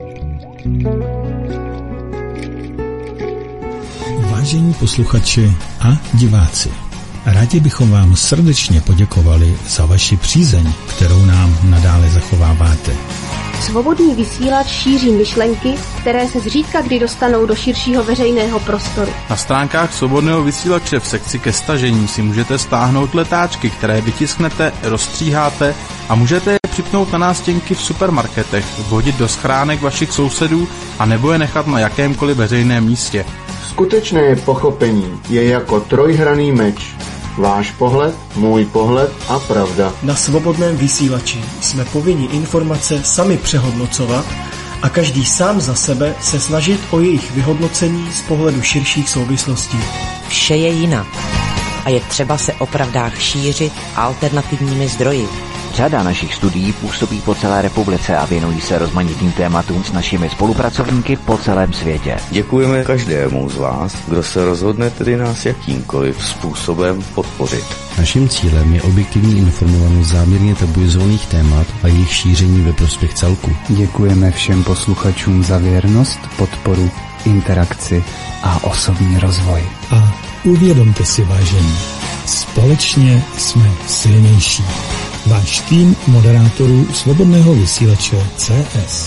Vážení posluchači a diváci, rádi bychom vám srdečně poděkovali za vaši přízeň, kterou nám nadále zachováváte. Svobodný vysílač šíří myšlenky, které se zřídka kdy dostanou do širšího veřejného prostoru. Na stránkách Svobodného vysílače v sekci ke stažení si můžete stáhnout letáčky, které vytisknete, rozstříháte a můžete je připnout na nástěnky v supermarketech, vhodit do schránek vašich sousedů a nebo je nechat na jakémkoliv veřejném místě. Skutečné pochopení je jako trojhranný meč. Váš pohled, můj pohled a pravda. Na Svobodném vysílači jsme povinni informace sami přehodnocovat a každý sám za sebe se snažit o jejich vyhodnocení z pohledu širších souvislostí. Vše je jinak a je třeba se o pravdách šířit alternativními zdroji. Řada našich studií působí po celé republice a věnují se rozmanitým tématům s našimi spolupracovníky po celém světě. Děkujeme každému z vás, kdo se rozhodne tedy nás jakýmkoliv způsobem podpořit. Naším cílem je objektivní informovanost záměrně tabuizovaných témat a jejich šíření ve prospěch celku. Děkujeme všem posluchačům za věrnost, podporu, interakci a osobní rozvoj. A uvědomte si, vážení, společně jsme silnější. Váš tým moderátorů Svobodného vysílače CS.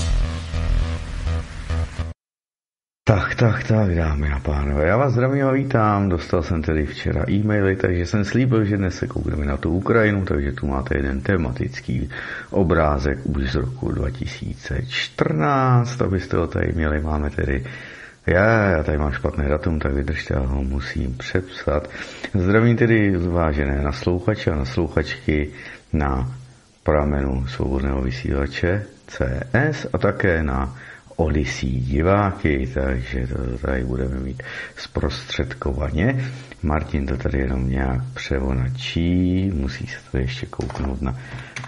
Tak, dámy a pánové, já vás zdravím a vítám. Dostal jsem tedy včera e-maily, takže jsem slíbil, že dnes se koukneme na tu Ukrajinu, takže tu máte jeden tematický obrázek už z roku 2014, abyste ho tady měli. Máme tedy já tady mám špatné datum, tak vydržte, já ho musím přepsat. Zdravím tedy vážené naslouchače a naslouchačky na pramenu Svobodného vysílače CS a také na Odyssey diváky, takže to tady budeme mít zprostředkovaně. Martin to tady jenom nějak převonačí, musí se to ještě kouknout na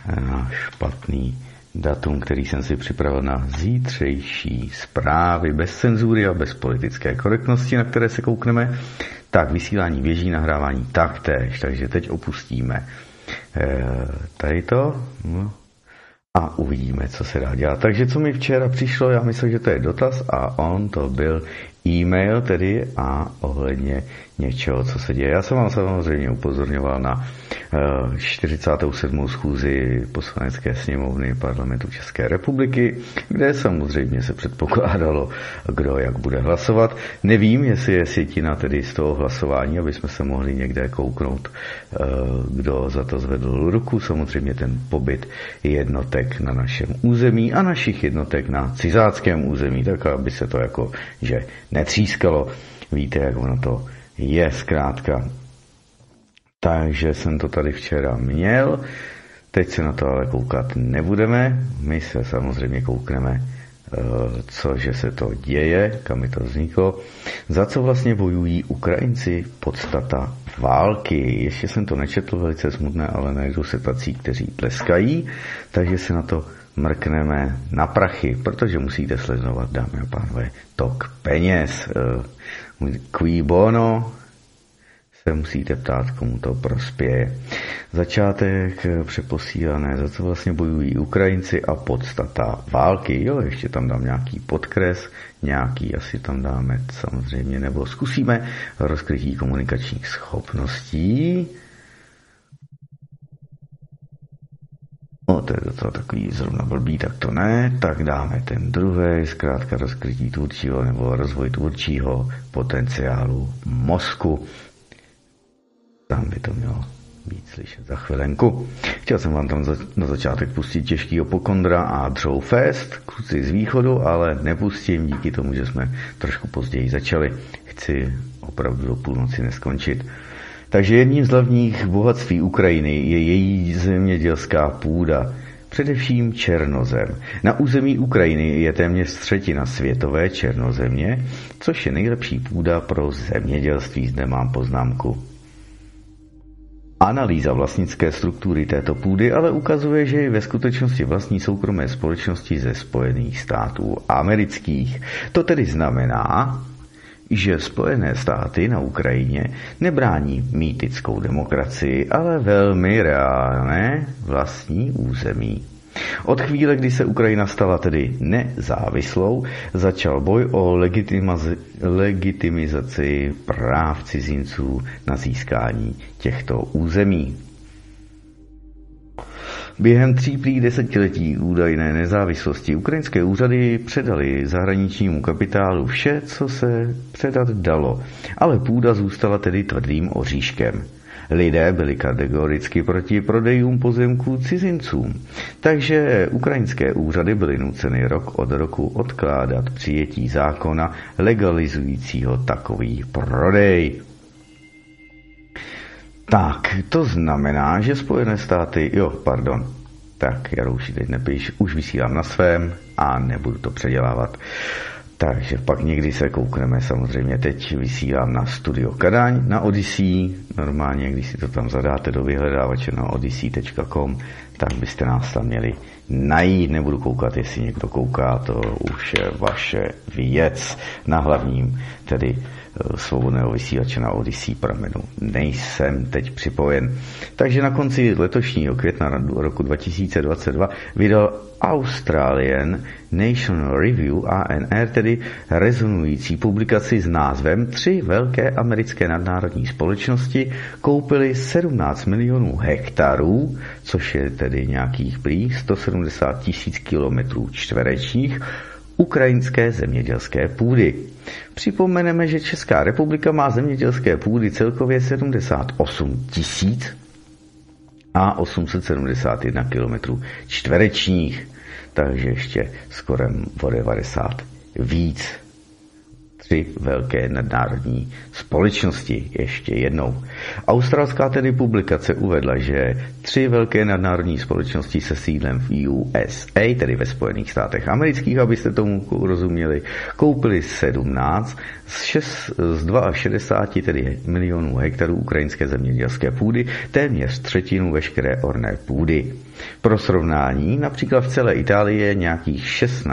špatný datum, který jsem si připravil na zítřejší zprávy, bez cenzury a bez politické korektnosti, na které se koukneme. Tak, vysílání běží, nahrávání taktéž, takže teď opustíme tady to a uvidíme, co se dá dělat. Takže co mi včera přišlo, já myslím, že to je dotaz a on to byl e-mail tedy a ohledně něčeho, co se děje. Já jsem vám samozřejmě upozorňoval na 47. schůzi Poslanecké sněmovny Parlamentu České republiky, kde samozřejmě se předpokládalo, kdo jak bude hlasovat. Nevím, jestli je sjetina tedy z toho hlasování, aby jsme se mohli někde kouknout, kdo za to zvedl ruku. Samozřejmě ten pobyt jednotek na našem území a našich jednotek na cizáckém území, tak aby se to jako, že netřískalo. Víte, jak ono to je zkrátka. Takže jsem to tady včera měl, teď se na to ale koukat nebudeme, my se samozřejmě koukneme, cože se to děje, kam mi to vzniklo, za co vlastně bojují Ukrajinci, podstata války. Ještě jsem to nečetl, velice smutné, ale najdou se tací, kteří tleskají, takže se na to mrkneme na prachy, protože musíte sledovat, dámy a pánové, tok peněz. Qui bono, se musíte ptát, komu to prospěje. Začátek přeposílané, za co vlastně bojují Ukrajinci a podstata války. Jo, ještě tam dám nějaký podkres, nějaký asi tam dáme samozřejmě, nebo zkusíme rozkrytí komunikačních schopností. No, to je docela takový zrovna blbý, tak to ne. Tak dáme ten druhý, zkrátka rozkrytí tvůrčího nebo rozvoj tvůrčího potenciálu mozku. Tam by to mělo být slyšet za chvilenku. Chtěl jsem vám tam na začátek pustit těžkýho Pokondra a Dřoufest, kluci z východu, ale nepustím díky tomu, že jsme trošku později začali. Chci opravdu do půlnoci neskončit. Takže jedním z hlavních bohatství Ukrajiny je její zemědělská půda, především černozem. Na území Ukrajiny je téměř třetina světové černozemě, což je nejlepší půda pro zemědělství, zde mám poznámku. Analýza vlastnické struktury této půdy ale ukazuje, že je ve skutečnosti vlastní soukromé společnosti ze Spojených států amerických. To tedy znamená, že Spojené státy na Ukrajině nebrání mýtickou demokracii, ale velmi reálné vlastní území. Od chvíle, kdy se Ukrajina stala tedy nezávislou, začal boj o legitimizaci práv cizinců na získání těchto území. Během 3 desetiletí údajné nezávislosti ukrajinské úřady předaly zahraničnímu kapitálu vše, co se předat dalo, ale půda zůstala tedy tvrdým oříškem. Lidé byli kategoricky proti prodejům pozemků cizincům, takže ukrajinské úřady byly nuceny rok od roku odkládat přijetí zákona legalizujícího takový prodej. Tak, to znamená, že Spojené státy, tak Jarouši, teď nepíš, už vysílám na svém a nebudu to předělávat. Takže pak někdy se koukneme, samozřejmě teď vysílám na Studio Kadaň, na Odyssey, normálně, když si to tam zadáte do vyhledávače na odyssey.com, tak byste nás tam měli najít, nebudu koukat, jestli někdo kouká, to už je vaše věc. Na hlavním, tedy svobodného vysílače na Odyssey pramenu nejsem teď připojen. Takže na konci letošního května roku 2022 vydal Australian National Review ANR, tedy rezonující publikaci s názvem 3 velké americké nadnárodní společnosti koupily 17 milionů hektarů, což je tedy nějakých prý 170 000 kilometrů čtverečních ukrajinské zemědělské půdy. Připomeneme, že Česká republika má zemědělské půdy celkově 78 871 kilometrů čtverečních, takže ještě skoro o 90 víc. 3 velké nadnárodní společnosti. Ještě jednou. Australská tedy publikace uvedla, že 3 velké nadnárodní společnosti se sídlem v USA, tedy ve Spojených státech amerických, abyste tomu rozuměli, koupili 17 z 62 tedy milionů hektarů ukrajinské zemědělské půdy, téměř třetinu veškeré orné půdy. Pro srovnání, například v celé Itálii je nějakých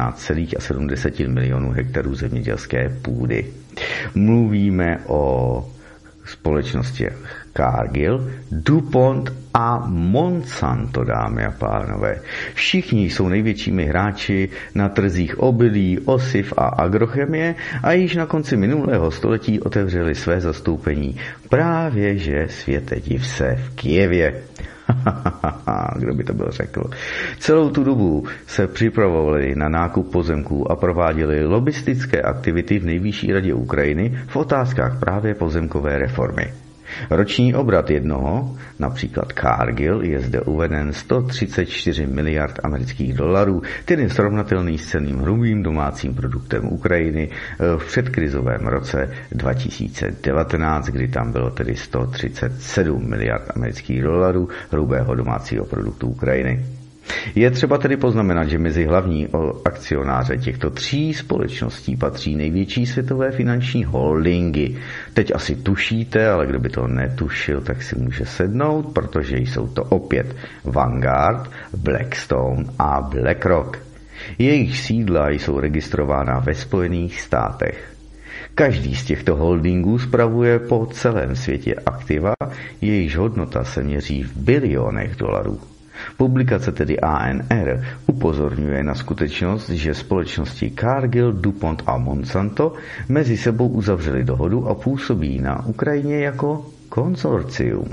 16,7 milionů hektarů zemědělské půdy. Mluvíme o společnosti Cargill, DuPont a Monsanto, dámy a pánové. Všichni jsou největšími hráči na trzích obilí, osiv a agrochemie a již na konci minulého století otevřeli své zastoupení právě že světe div se v Kyjevě. Kdo by to byl řekl. Celou tu dobu se připravovali na nákup pozemků a prováděli lobistické aktivity v Nejvyšší radě Ukrajiny v otázkách právě pozemkové reformy. Roční obrat jednoho, například Cargill, je zde uveden 134 miliard amerických dolarů, tedy srovnatelný s celým hrubým domácím produktem Ukrajiny v předkrizovém roce 2019, kdy tam bylo tedy 137 miliard amerických dolarů hrubého domácího produktu Ukrajiny. Je třeba tedy poznamenat, že mezi hlavní akcionáře těchto 3 společností patří největší světové finanční holdingy. Teď asi tušíte, ale kdo by to netušil, tak si může sednout, protože jsou to opět Vanguard, Blackstone a BlackRock. Jejich sídla jsou registrována ve Spojených státech. Každý z těchto holdingů spravuje po celém světě aktiva, jejichž hodnota se měří v bilionech dolarů. Publikace tedy ANR upozorňuje na skutečnost, že společnosti Cargill, DuPont a Monsanto mezi sebou uzavřely dohodu a působí na Ukrajině jako konzorcium.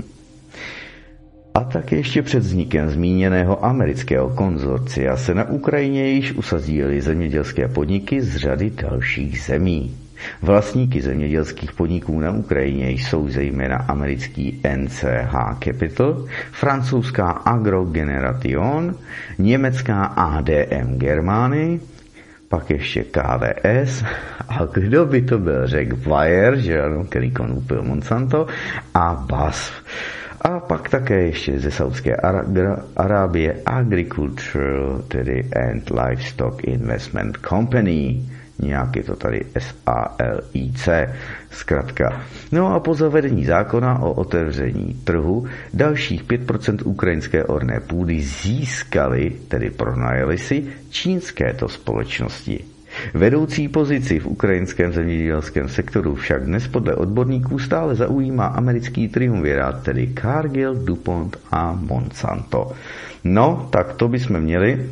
A tak ještě před vznikem zmíněného amerického konzorcia se na Ukrajině již usadily zemědělské podniky z řady dalších zemí. Vlastníky zemědělských podniků na Ukrajině jsou zejména americký NCH Capital, francouzská Agrogeneration, německá ADM Germany, pak ještě KVS a kdo by to byl, řekl Bayer, že ano, který koupil Monsanto, a BASF. A pak také ještě ze Saudské Arábie Agricultural, tedy and Livestock Investment Company. Nějak je to tady SALIC, zkratka. No a po zavedení zákona o otevření trhu dalších 5% ukrajinské orné půdy získali, tedy pronajeli si čínské to společnosti. Vedoucí pozici v ukrajinském zemědělském sektoru však dnes podle odborníků stále zaujímá americký triumvirát, tedy Cargill, DuPont a Monsanto. No, tak to bychom měli.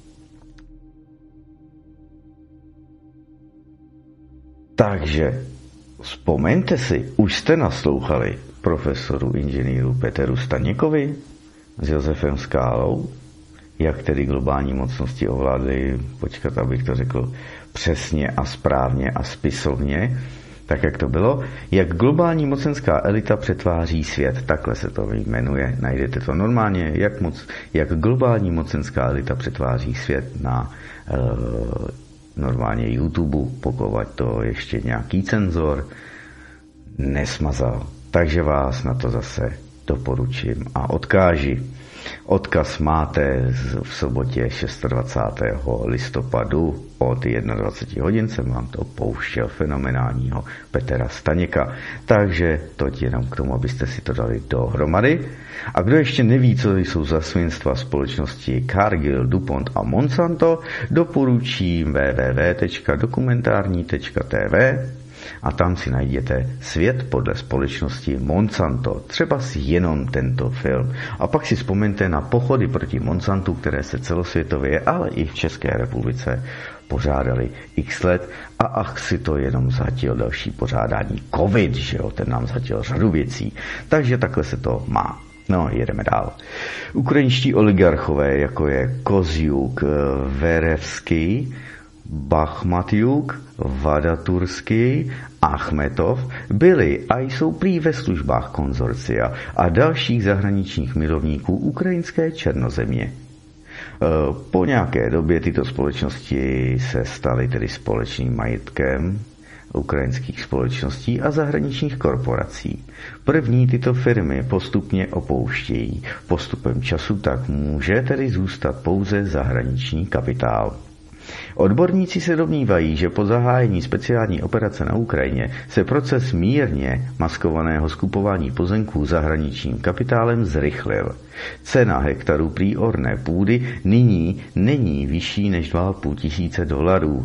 Takže vzpomeňte si, už jste naslouchali profesoru inženýru Peteru Staněkovi s Josefem Skálou, jak tedy globální mocnosti ovládají, počkat, abych to řekl přesně a správně a spisovně, tak jak to bylo, jak globální mocenská elita přetváří svět, takhle se to jmenuje, najdete to normálně, jak globální mocenská elita přetváří svět na normálně YouTube, pokud to ještě nějaký cenzor nesmazal. Takže vás na to zase doporučím a odkáži. Odkaz máte v sobotě 26. listopadu od 21 hodin, jsem vám to pouštěl, fenomenálního Petra Staněka. Takže to jenom k tomu, abyste si to dali dohromady. A kdo ještě neví, co jsou za svinstva společnosti Cargill, DuPont a Monsanto, doporučím www.dokumentární.tv a tam si najděte Svět podle společnosti Monsanto, třeba si jenom tento film. A pak si vzpomeňte na pochody proti Monsantu, které se celosvětově, ale i v České republice pořádali x let a ach si to jenom zahatil další pořádání covid, že jo, ten nám zahatil řadu věcí. Takže takhle se to má. No, jedeme dál. Ukrajinští oligarchové, jako je Kozjuk, Verevský, Bachmatjuk, Vadaturský, Achmetov byli a jsou prý ve službách konzorcia a dalších zahraničních milovníků ukrajinské Černozemě. Po nějaké době tyto společnosti se staly tedy společným majetkem ukrajinských společností a zahraničních korporací. První tyto firmy postupně opouštějí. Postupem času tak může tedy zůstat pouze zahraniční kapitál. Odborníci se domnívají, že po zahájení speciální operace na Ukrajině se proces mírně maskovaného skupování pozemků zahraničním kapitálem zrychlil. Cena hektaru prý orné půdy nyní není vyšší než $2,500.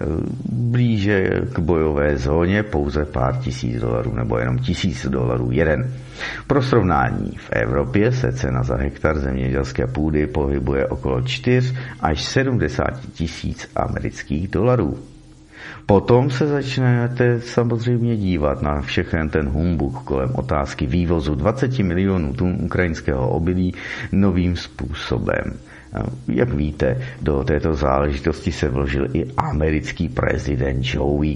Blíže k bojové zóně pouze pár $1,000 nebo jenom $1,000 jeden. Pro srovnání, v Evropě se cena za hektar zemědělské půdy pohybuje okolo 4 až 70 tisíc amerických dolarů. Potom se začnete samozřejmě dívat na všechen ten humbuk kolem otázky vývozu 20 milionů tun ukrajinského obilí novým způsobem. Jak víte, do této záležitosti se vložil i americký prezident Joe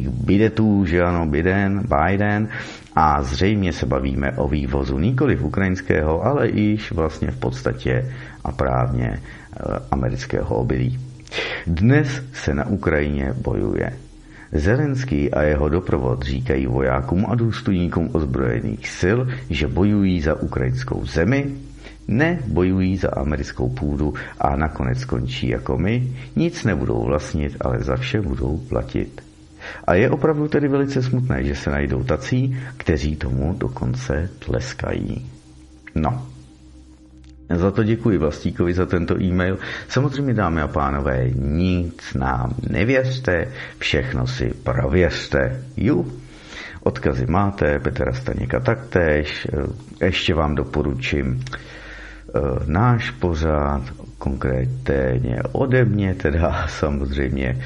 Biden a zřejmě se bavíme o vývozu nikoliv ukrajinského, ale již vlastně v podstatě a právně amerického obilí. Dnes se na Ukrajině bojuje. Zelenský a jeho doprovod říkají vojákům a důstojníkům ozbrojených sil, že bojují za ukrajinskou zemi, ne bojují za americkou půdu a nakonec skončí jako my, nic nebudou vlastnit, ale za vše budou platit. A je opravdu tedy velice smutné, že se najdou tací, kteří tomu dokonce tleskají. No. Za to děkuji Vlastíkovi za tento e-mail. Samozřejmě, dámy a pánové, nic nám nevěřte, všechno si prověřte. Odkazy máte, Petra Staněka taktéž. Ještě vám doporučím náš pořád, konkrétně ode mě, teda samozřejmě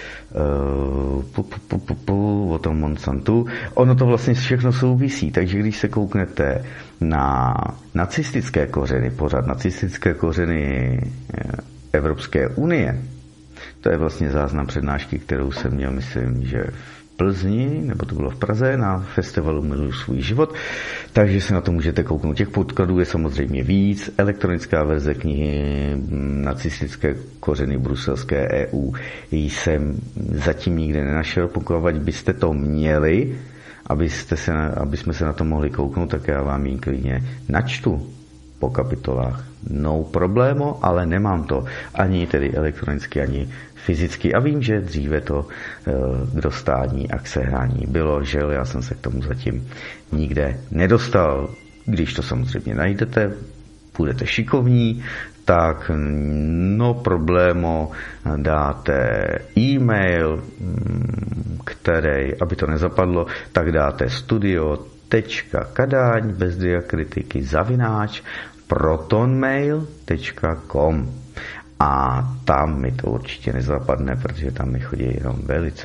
o tom Monsantu. Ono to vlastně všechno souvisí, takže když se kouknete na nacistické kořeny, pořád nacistické kořeny Evropské unie, to je vlastně záznam přednášky, kterou jsem měl, myslím, že v Plzni, nebo to bylo v Praze, na festivalu Miluji svůj život, takže se na to můžete kouknout. Těch podkladů je samozřejmě víc. Elektronická verze knihy Nacistické kořeny bruselské EU jsem zatím nikde nenašel. Pokud byste to měli, aby jsme se na to mohli kouknout, tak já vám ji klidně načtu po kapitolách. No problémo, ale nemám to ani tedy elektronicky, ani fyzicky. A vím, že dříve to k dostání a k sehrání bylo, že já jsem se k tomu zatím nikde nedostal. Když to samozřejmě najdete, budete šikovní, tak no problémo dáte e-mail, který, aby to nezapadlo, tak dáte studio.kadaň bez diakritiky @ protonmail.com a tam mi to určitě nezapadne, protože tam mi chodí jenom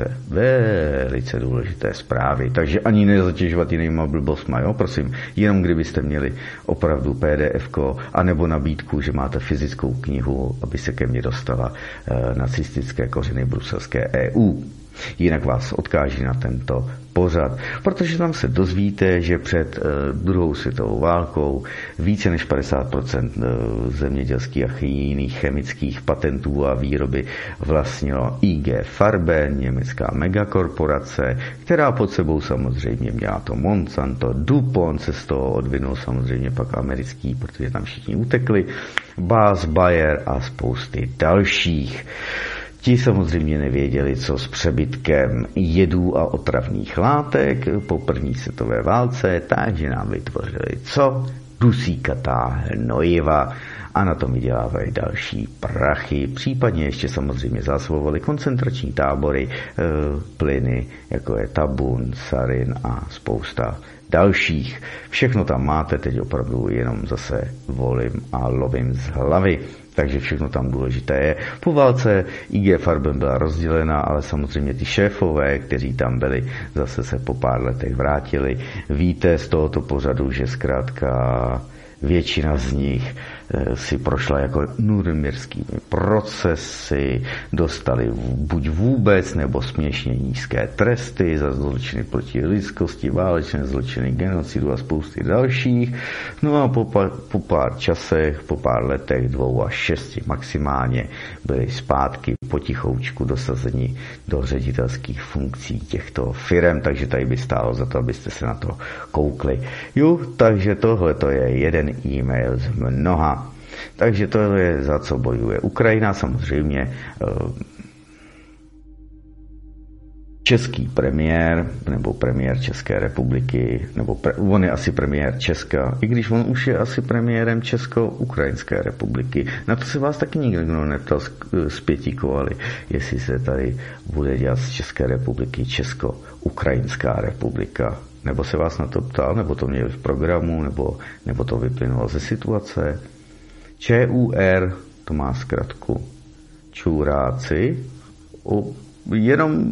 velice důležité zprávy, takže ani nezatěžovat jinýma blbostma, jo, prosím, jenom kdybyste měli opravdu PDF-ko anebo nabídku, že máte fyzickou knihu, aby se ke mně dostala nacistické kořeny bruselské EU. Jinak vás odkáží na tento pořad, protože tam se dozvíte, že před druhou světovou válkou více než 50% zemědělských a jiných chemických patentů a výroby vlastnilo IG Farben, německá megakorporace, která pod sebou samozřejmě měla to Monsanto, DuPont se z toho odvinul samozřejmě pak americký, protože tam všichni utekli, BASF, Bayer a spousty dalších. Ti samozřejmě nevěděli, co s přebytkem jedů a otravných látek po první světové válce, takže nám vytvořili co? Dusíkatá hnojiva a na tom vydělávají další prachy. Případně ještě samozřejmě zásobovali koncentrační tábory, plyny, jako je tabun, sarin a spousta dalších. Všechno tam máte, teď opravdu jenom zase volím a lovím z hlavy. Takže všechno tam důležité je. Po válce IG Farben byla rozdělena, ale samozřejmě ty šéfové, kteří tam byli, zase se po pár letech vrátili. Víte z tohoto pořadu, že zkrátka většina z nich si prošla jako nuremberskými procesy, dostali buď vůbec nebo směšně nízké tresty za zločiny proti lidskosti, válečné zločiny, genocidu a spousty dalších. No a po pár časech, po pár letech, 2 až 6 maximálně, byli zpátky potichoučku dosazeni do ředitelských funkcí těchto firem, takže tady by stálo za to, abyste se na to koukli. Jo, takže tohle to je jeden e-mail z mnoha. Takže to je, za co bojuje Ukrajina, samozřejmě český premiér, nebo premiér České republiky, nebo on je asi premiér Česka, i když on už je asi premiérem Česko-Ukrajinské republiky. Na to se vás taky nikdo neptal z pětikovaly, jestli se tady bude dělat z České republiky Česko-Ukrajinská republika. Nebo se vás na to ptal, nebo to měli v programu, nebo to vyplynulo ze situace. ČUR, to má zkratku čuráci, jenom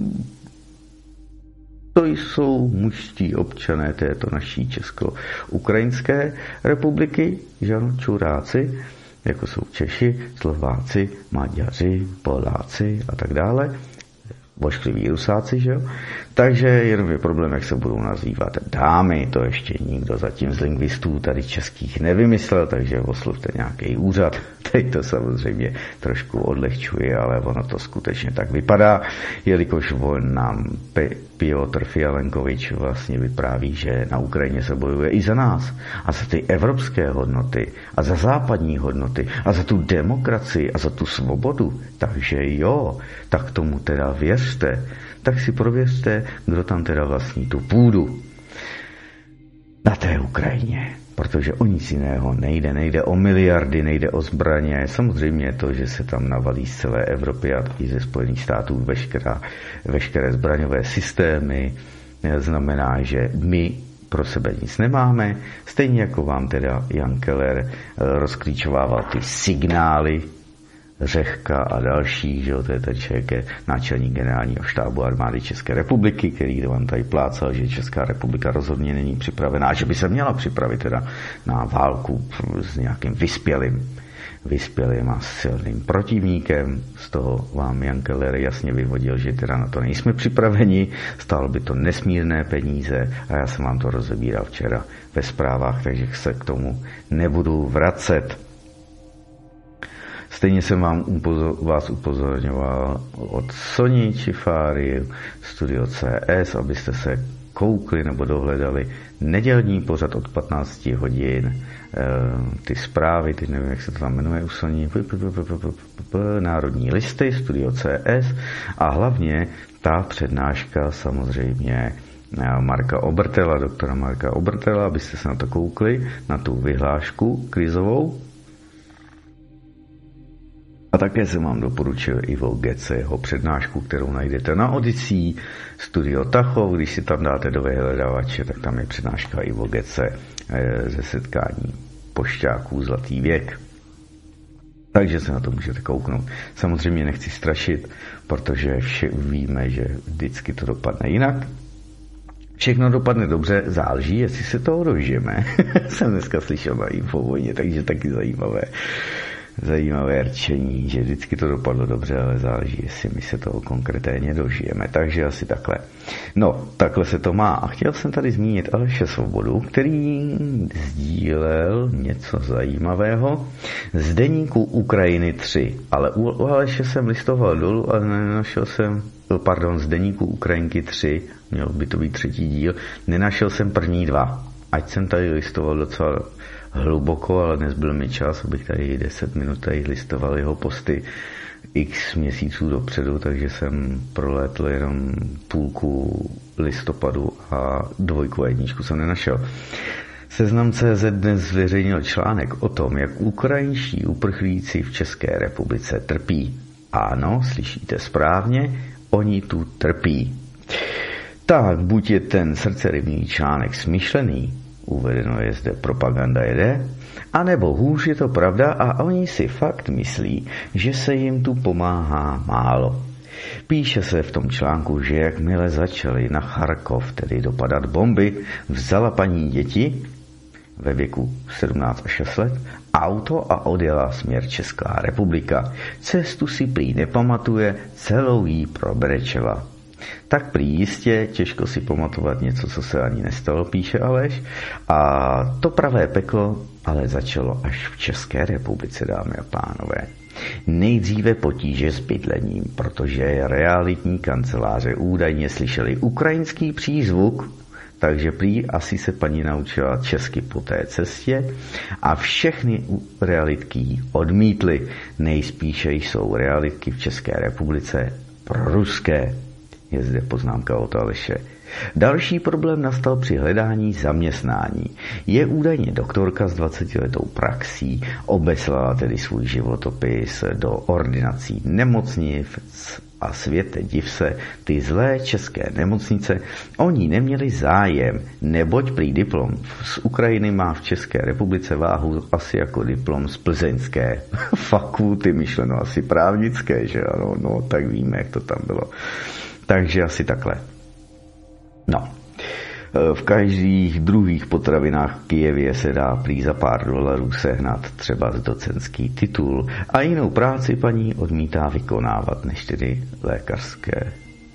to jsou mužští občané této naší Česko-Ukrajinské republiky, že ano, čuráci, jako jsou Češi, Slováci, Maďaři, Poláci a tak dále, voškliví Rusáci, že jo? Takže jenom je problém, jak se budou nazývat dámy, to ještě nikdo zatím z lingvistů tady českých nevymyslel, takže oslovte nějaký úřad. Teď to samozřejmě trošku odlehčuje, ale ono to skutečně tak vypadá, jelikož on nám Piotr Fialenkovič vlastně vypráví, že na Ukrajině se bojuje i za nás a za ty evropské hodnoty a za západní hodnoty a za tu demokracii a za tu svobodu. Takže jo, tak tomu teda věřte. Tak si prověřte, kdo tam teda vlastní tu půdu na té Ukrajině. Protože o nic jiného nejde o miliardy, nejde o zbraně. Samozřejmě to, že se tam navalí z celé Evropy a i ze Spojených států veškeré zbraňové systémy, znamená, že my pro sebe nic nemáme. Stejně jako vám teda Jan Keller rozklíčovával ty signály, Řehka a další, že jo, to je ten člověk, náčelník generálního štábu armády České republiky, který vám tady plácal, že Česká republika rozhodně není připravená, že by se měla připravit teda na válku s nějakým vyspělým a silným protivníkem. Z toho vám Jan Keller jasně vyvodil, že teda na to nejsme připraveni, stálo by to nesmírné peníze a já jsem vám to rozebíral včera ve zprávách, takže se k tomu nebudu vracet. Stejně jsem vás upozorňoval od Soni Čifáry, Studio CS, abyste se koukli nebo dohledali nedělní pořad od 15 hodin, ty zprávy, teď nevím, jak se to tam jmenuje u Soni, Národní listy, Studio CS a hlavně ta přednáška samozřejmě Marka Obertela, doktora Marka Obertela, abyste se na to koukli, na tu vyhlášku krizovou. A také jsem vám doporučil Ivo Geceho přednášku, kterou najdete na Odyssey, Studio Tachov. Když si tam dáte do vyhledávače, tak tam je přednáška Ivo Gece ze setkání pošťáků Zlatý věk. Takže se na to můžete kouknout. Samozřejmě nechci strašit, protože víme, že vždycky to dopadne jinak. Všechno dopadne dobře, záleží, jestli se toho dožijeme. Jsem dneska slyšel na Infovojně, takže taky zajímavé rčení, že vždycky to dopadlo dobře, ale záleží, jestli my se toho konkrétně dožijeme. Takže asi takhle. No, takhle se to má. A chtěl jsem tady zmínit Aleše Svobodu, který sdílel něco zajímavého z deníku Ukrajiny 3. Ale u Aleše jsem listoval dolů a nenašel jsem, z deníku Ukrajinky 3, měl by to být 3. díl, nenašel jsem první 2. Ať jsem tady listoval docela hluboko, ale dnes byl mi čas, abych tady 10 minut tady listoval jeho posty x měsíců dopředu, takže jsem prolétl jenom půlku listopadu a 2 a 1 jsem nenašel. Seznam.cz dnes zveřejnil článek o tom, jak ukrajinští uprchlíci v České republice trpí. Ano, slyšíte správně, oni tu trpí. Tak, buď je ten srdcerivný článek smyšlený, uvedeno je zde propaganda jede, anebo hůř je to pravda a oni si fakt myslí, že se jim tu pomáhá málo. Píše se v tom článku, že jakmile začaly na Charkov, tedy dopadat bomby, vzala paní děti ve věku 17 až 6 let auto a odjela směr Česká republika. Cestu si prý nepamatuje, celou jí probrečela. Tak prý jistě, těžko si pamatovat něco, co se ani nestalo, píše Aleš. A to pravé peklo ale začalo až v České republice, dámy a pánové. Nejdříve potíže s bydlením, protože realitní kanceláře údajně slyšeli ukrajinský přízvuk, takže prý asi se paní naučila česky po té cestě a všechny realitky odmítly. Nejspíše jsou realitky v České republice proruské. Je zde poznámka od Aleše. Další problém nastal při hledání zaměstnání. Je údajně doktorka s 20letou praxí, obeslala tedy svůj životopis do ordinací nemocnic a světe div se, ty zlé české nemocnice, oni neměli zájem, neboť prý diplom z Ukrajiny má v České republice váhu asi jako diplom z plzeňské fakulty, myšleno asi právnické, že ano, no tak víme, jak to tam bylo. Takže asi takhle. No, v každých druhých potravinách v Kyjevě se dá prý za pár dolarů sehnat třeba docentský titul a jinou práci paní odmítá vykonávat než tedy lékařské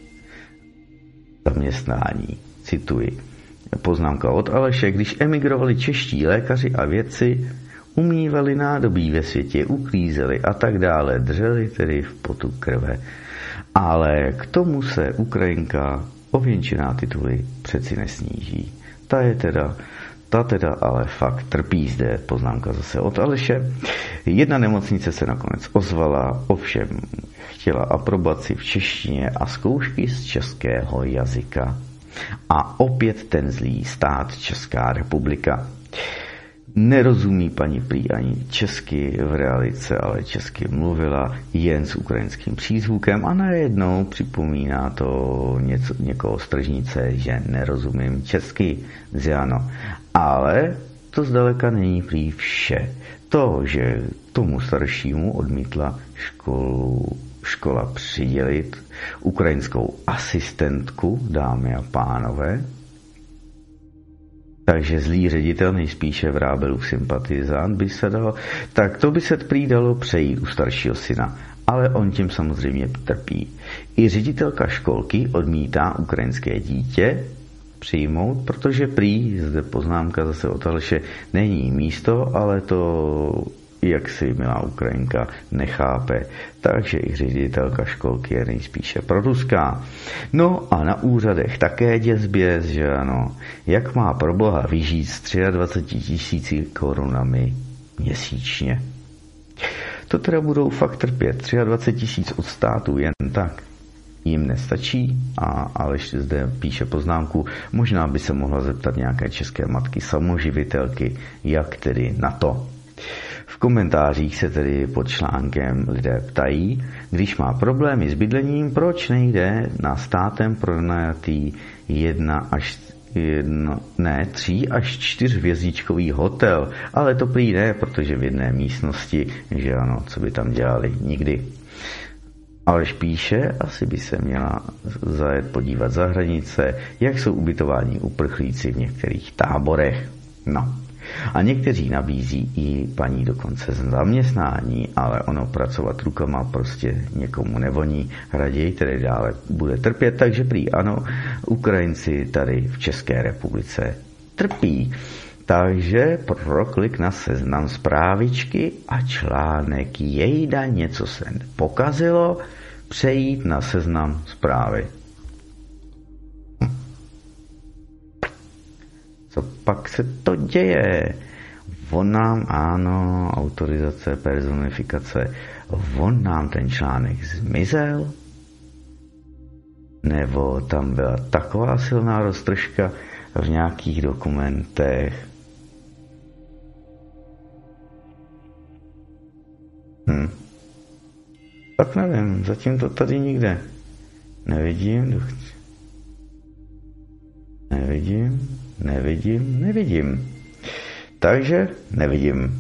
zaměstnání. Cituji. Poznámka od Aleše, když emigrovali čeští lékaři a vědci, umývali nádobí ve světě, uklízeli a tak dále, dřeli tedy v potu krve. Ale k tomu se Ukrajinka ověnčená tituly přeci nesníží. Ta teda ale fakt trpí, zde poznámka zase od Aleše. Jedna nemocnice se nakonec ozvala, ovšem chtěla aprobaci v češtině a zkoušky z českého jazyka. A opět ten zlý stát Česká republika. Nerozumí paní prý ani česky v realice, ale česky mluvila jen s ukrajinským přízvukem a najednou připomíná to někoho z tržnice, že nerozumím česky, že ano. Ale to zdaleka není prý vše. To, že tomu staršímu odmítla škola přidělit ukrajinskou asistentku, dámy a pánové, takže zlý ředitel, nejspíše Vrábelův sympatizant by se dal, tak to by se prý dalo přejít u staršího syna, ale on tím samozřejmě trpí. I ředitelka školky odmítá ukrajinské dítě přijmout, protože prý, zde poznámka zase od Aleše, není místo, ale to, jak si milá Ukrajinka nechápe, takže i ředitelka školky je nejspíše proruská. No a na úřadech také děsběs, že ano, jak má pro boha vyžít s 23 000 korunami měsíčně. To teda budou fakt trpět, 23 000 od státu jen tak. Jim nestačí a Aleš zde píše poznámku, možná by se mohla zeptat nějaké české matky samoživitelky, jak tedy na to. V komentářích se tedy pod článkem lidé ptají, když má problémy s bydlením, proč nejde na státem pronajatý 3 až 4 hvězdičkový hotel, ale to prý ne, protože v jedné místnosti, že ano, co by tam dělali nikdy. Aleš píše, asi by se měla zajet podívat za hranice, jak jsou ubytováni uprchlíci v některých táborech. No. A někteří nabízí i paní dokonce zaměstnání, ale ono pracovat rukama prostě někomu nevoní, raději tedy dále bude trpět, takže prý ano, Ukrajinci tady v České republice trpí. Takže proklik na Seznam Zprávičky a článek jejda, něco se pokazilo, přejít na Seznam Zprávy. Co pak se to děje? On nám, ano, autorizace, personifikace, on nám ten článek zmizel? Nebo tam byla taková silná roztržka v nějakých dokumentech? Tak nevím, zatím to tady nikde nevidím. Takže nevidím.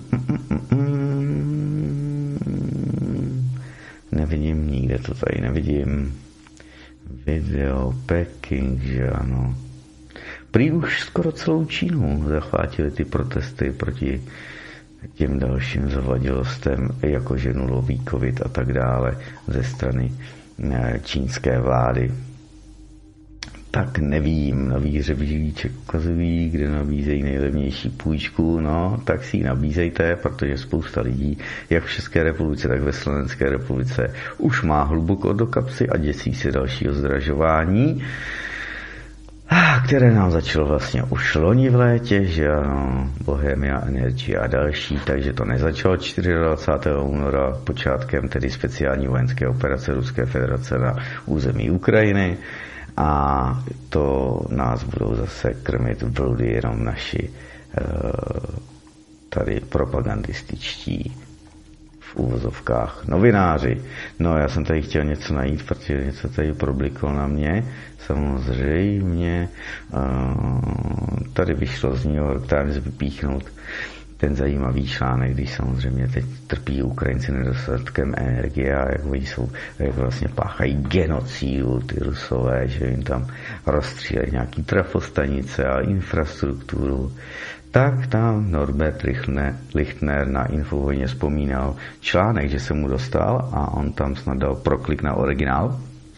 Nevidím, nikde to tady nevidím. Video, Peking, že ano. Prý už skoro celou Čínu zachvátili ty protesty proti těm dalším zavadilostem, jakože nulový covid a tak dále ze strany čínské vlády. Tak nevím, nový řebříček ukazový, kde nabízejí nejlevnější půjčku, no, tak si ji nabízejte, protože spousta lidí, jak v České republice, tak ve Slovenské republice, už má hluboko do kapsy a děsí se dalšího zdražování, které nám začalo vlastně už loni v létě, že ano, Bohemia Energy a další, takže to nezačalo 24. února počátkem tedy speciální vojenské operace Ruské federace na území Ukrajiny. A to nás budou zase krmit v bludy jenom naši tady propagandističtí v úvozovkách novináři. No, já jsem tady chtěl něco najít, protože něco tady probliklo na mě. Samozřejmě tady vyšlo z New York Times vypíchnout ten zajímavý článek, když samozřejmě teď trpí Ukrajinci nedostatkem energie a jak vlastně páchají genocidu ty Rusové, že jim tam rozstřílejí nějaký trafostanice a infrastrukturu. Tak tam Norbert Lichtner na Infovojně vzpomínal článek, že se mu dostal a on tam snad dal proklik na originál.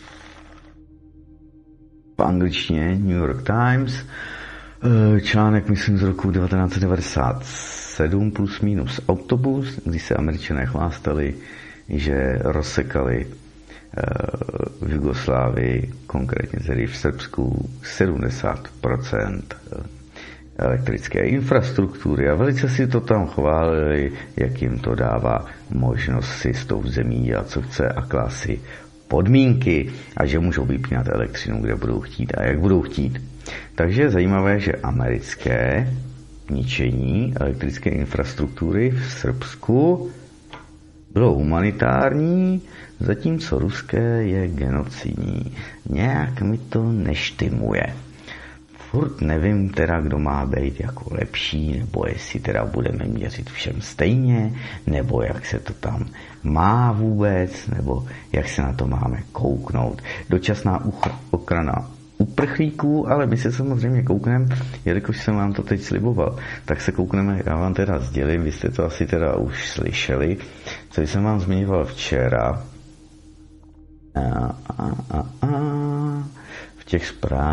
V angličtině New York Times, článek myslím z roku 1997 plus minus autobus, kdy se Američané chlástali, že rozsekali v Jugoslávii, konkrétně tedy v Srbsku, 70% elektrické infrastruktury a velice si to tam chválili, jak jim to dává možnost si s tou zemí dělat, co chce a klásy podmínky a že můžou vypínat elektřinu, kde budou chtít a jak budou chtít. Takže je zajímavé, že americké ničení elektrické infrastruktury v Srbsku bylo humanitární, zatímco ruské je genocidní. Nějak mi to neštymuje. Furt nevím teda, kdo má být jako lepší, nebo jestli teda budeme měřit všem stejně, nebo jak se to tam má vůbec, nebo jak se na to máme kouknout. Dočasná ochrana uprchlíků, ale my se samozřejmě koukneme, jelikož jsem vám to teď sliboval, tak se koukneme, já vám teda sdělím, vy jste to asi teda už slyšeli, co jsem vám zmiňoval včera. V těch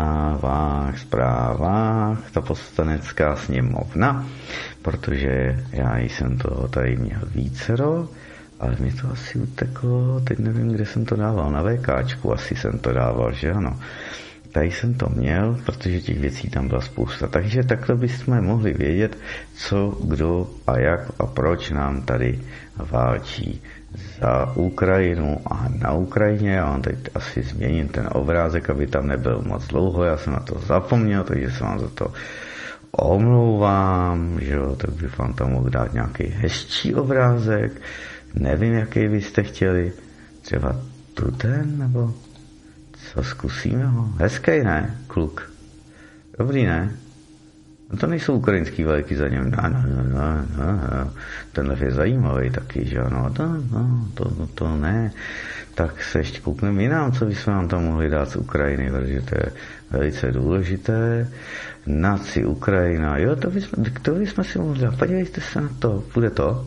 zprávách, ta Poslanecká sněmovna, protože já jsem to tady měl vícero, ale mi to asi uteklo, teď nevím, kde jsem to dával, na VKčku asi jsem to dával, že ano. Tady jsem to měl, protože těch věcí tam byla spousta. Takže takhle bychom mohli vědět, co, kdo a jak a proč nám tady válčí za Ukrajinu a na Ukrajině. Já vám teď asi změním ten obrázek, aby tam nebyl moc dlouho. Já jsem na to zapomněl, takže se vám za to omlouvám, že jo, tak bych vám tam mohl dát nějaký hezčí obrázek, nevím, jaký byste chtěli, třeba tu ten, nebo co, zkusíme ho, hezký, ne, kluk, dobrý, ne, no to nejsou ukrajinský vlajky za něm, no. Tenhle je zajímavý taky, že ano, to ne, tak se ještě koukneme jinam, co bychom vám tam mohli dát z Ukrajiny, protože to je velice důležité. Naci Ukrajina, jo, to bychom si mohli dát, podívejte se na to, bude to?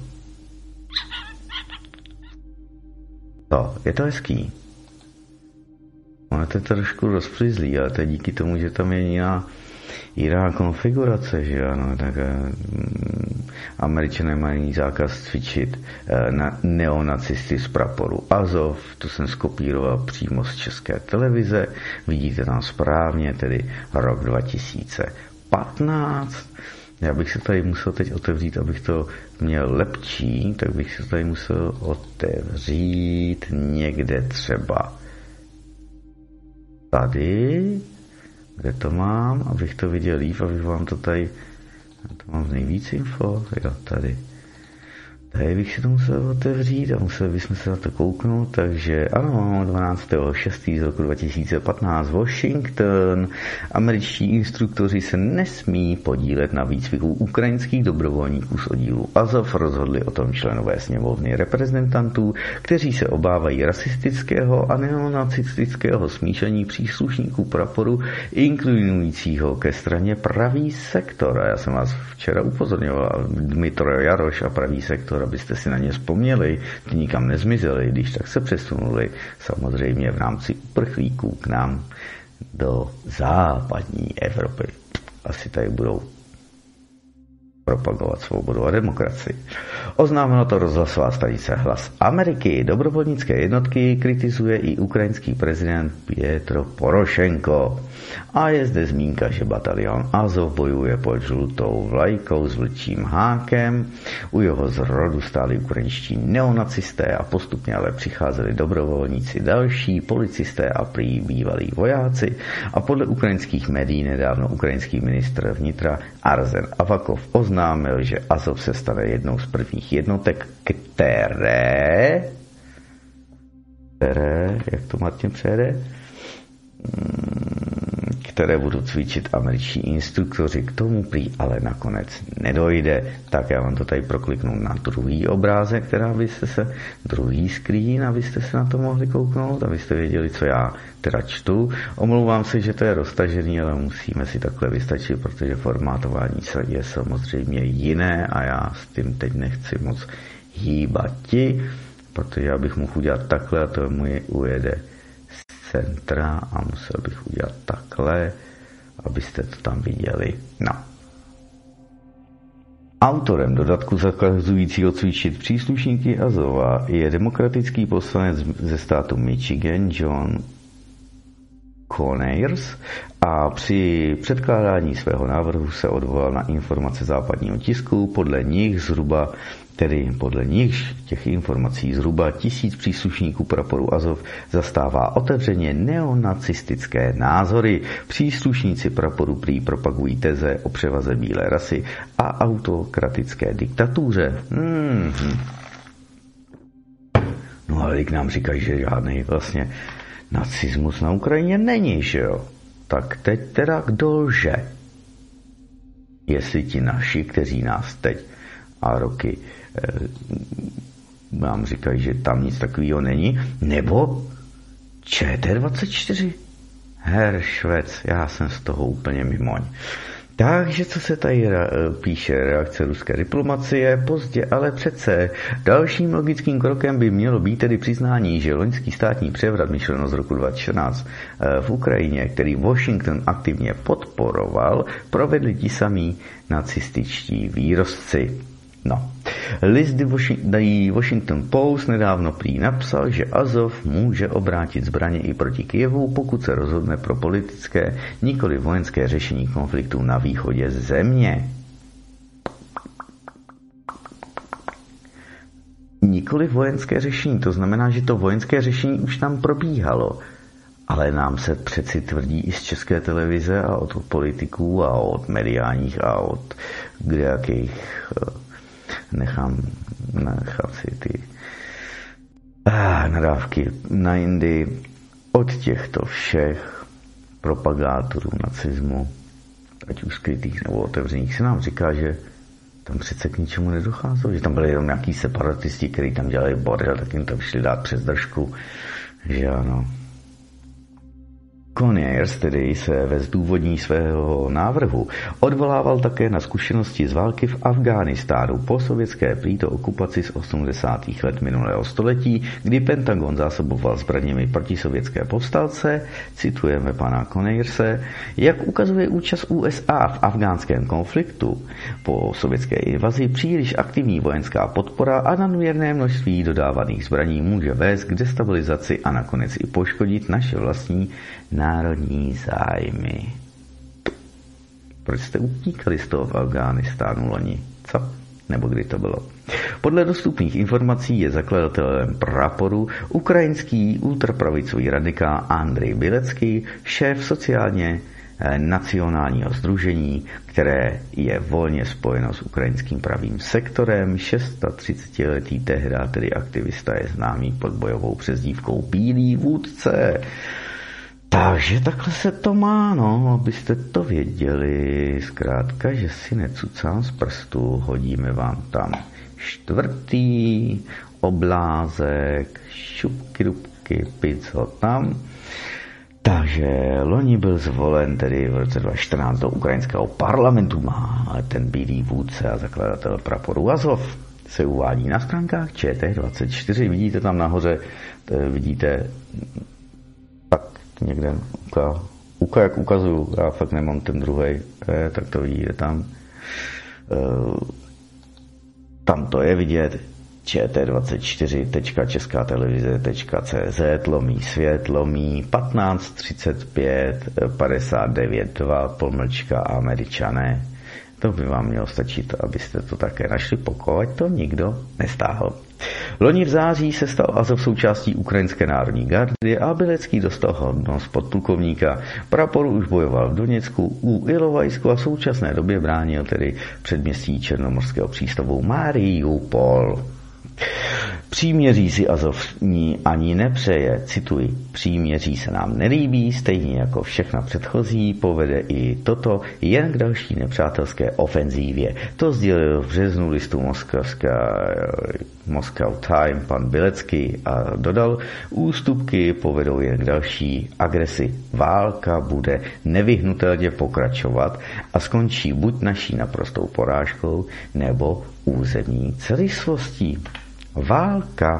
To, je to hezký. Ono to je trošku rozplizlý, ale to je díky tomu, že tam je jiná konfigurace, že ano, tak Američané mají zákaz cvičit na neonacisty z praporu Azov, to jsem skopíroval přímo z České televize, vidíte tam správně, tedy rok 2015. Já bych se tady musel teď otevřít, abych to měl lepší, tak bych se tady musel otevřít někde třeba tady, kde to mám, abych to viděl líp, abych vám to tady, to mám nejvíc info, jo, tady bych si to musel otevřít a museli bychom se na to kouknout, takže ano, 12.6. z roku 2015 Washington. Američtí instruktoři se nesmí podílet na výcviku ukrajinských dobrovolníků z oddílu Azov, rozhodli o tom členové sněmovny reprezentantů, kteří se obávají rasistického a neonacistického smíšení příslušníků praporu, inklinujícího ke straně Pravý sektor. A já jsem vás včera upozorňoval, Dmytro Jaroš a Pravý sektor, abyste si na ně vzpomněli, ty nikam nezmizeli, když tak se přesunuli samozřejmě v rámci uprchlíků k nám do západní Evropy. Asi tady budou propagovat svobodu a demokracii. Oznámilo to rozhlasová stanice Hlas Ameriky. Dobrovolnické jednotky kritizuje i ukrajinský prezident Petro Porošenko. A je zde zmínka, že batalion Azov bojuje pod žlutou vlajkou s vlčím hákem. U jeho zrodu stáli ukrajinští neonacisté a postupně ale přicházeli dobrovolníci další, policisté a prý bývalí vojáci. A podle ukrajinských médií nedávno ukrajinský ministr vnitra Arsen Avakov oznámil, že Azov se stane jednou z prvních jednotek, které, jak to Martin přejede, které budou cvičit američtí instruktoři. K tomu prý ale nakonec nedojde. Tak já vám to tady prokliknu na druhý obrázek, druhý screen, abyste se na to mohli kouknout, abyste věděli, co já teda čtu. Omlouvám se, že to je roztažený, ale musíme si takhle vystačit, protože formátování je samozřejmě jiné a já s tím teď nechci moc hýbati, protože já bych mohl udělat takhle a to mu ujede centra a musel bych udělat takhle, abyste to tam viděli. No. Autorem dodatku zakazujícího cvičit příslušníky Azova je demokratický poslanec ze státu Michigan John Conyers a při předkládání svého návrhu se odvolal na informace západního tisku, podle nich těch informací zhruba 1000 příslušníků praporu Azov zastává otevřeně neonacistické názory. Příslušníci praporu prý propagují teze o převaze bílé rasy a autokratické diktatuře. No ale k nám říkají, že žádný vlastně nacismus na Ukrajině není, že jo? Tak teď teda kdo lže? Jestli ti naši, kteří nás teď a roky vám říkají, že tam nic takového není, nebo ČT24? Herr Švec, já jsem z toho úplně mimoň. Takže co se tady píše, reakce ruské diplomacie, pozdě, ale přece dalším logickým krokem by mělo být tedy přiznání, že loňský státní převrat, myšleno z roku 2014 v Ukrajině, který Washington aktivně podporoval, provedli ti samí nacističtí výrostci. No. List The Washington Post nedávno prý napsal, že Azov může obrátit zbraně i proti Kyjevu, pokud se rozhodne pro politické, nikoli vojenské řešení konfliktů na východě země. Nikoli vojenské řešení, to znamená, že to vojenské řešení už tam probíhalo. Ale nám se přeci tvrdí i z České televize a od politiků a od mediálních a od kdejakých nechám si ty nadávky na jindy od těchto všech propagátorů nacismu, ať už skrytých nebo otevřených, se nám říká, že tam přece k ničemu nedocházelo, že tam byli jenom nějaký separatisti, kteří tam dělali bordel, tak jim tam šli dát přes držku, že ano. Conyers tedy se ve zdůvodní svého návrhu odvolával také na zkušenosti z války v Afghánistánu po sovětské prýto okupaci z 80. let minulého století, kdy Pentagon zásoboval zbraněmi protisovětské povstalce, citujeme pana Conyerse, jak ukazuje účast USA v afgánském konfliktu po sovětské invazi, příliš aktivní vojenská podpora a nadměrné množství dodávaných zbraní může vést k destabilizaci a nakonec i poškodit naše vlastní národní zájmy. Proč jste utíkali z toho Afghánistánu loni? Co? Nebo kdy to bylo? Podle dostupných informací je zakladatelem Praporu ukrajinský ultrapravicový radikál Andrej Bilecký, šéf sociálně nacionálního sdružení, které je volně spojeno s ukrajinským pravým sektorem. 36letý tehda, tedy aktivista, je známý pod bojovou přezdívkou Bílý vůdce. Takže takhle se to má, no, abyste to věděli. Zkrátka, že si necucám z prstu, hodíme vám tam 4. oblázek, šupky, dubky, pic ho tam. Takže loni byl zvolen tedy v roce 2014 do ukrajinského parlamentu, má ten Bílý vůdce a zakladatel Praporu Azov. Se uvádí na stránkách ČT24, vidíte tam nahoře, vidíte někde jak ukazuju, já fakt nemám ten druhej, tak to vidíte tam. Tam to je vidět, ČT24.cz/153559/Američané. To by vám mělo stačit, abyste to také našli, pokud to nikdo nestáhl. Loni v září se stal Azov součástí Ukrajinské národní gardy a Bilecký dostal hodnost podplukovníka. Praporu už bojoval v Doněcku, u Ilovajsku a v současné době bránil tedy předměstí černomorského přístavu Mariupol. Příměří si Azov ani nepřeje, cituji, příměří se nám nelíbí, stejně jako všechna předchozí, povede i toto jen k další nepřátelské ofenzívě. To sdělil v březnu listu Moscow Time pan Bilecký a dodal, ústupky povedou jen k další agresi. Válka bude nevyhnutelně pokračovat a skončí buď naší naprostou porážkou nebo územní celistvostí. Válka.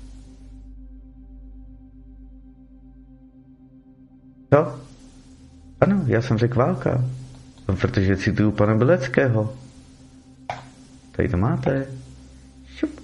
Co? Ano, já jsem řekl válka, protože cituju pana Bileckého. Tady to máte. Šup.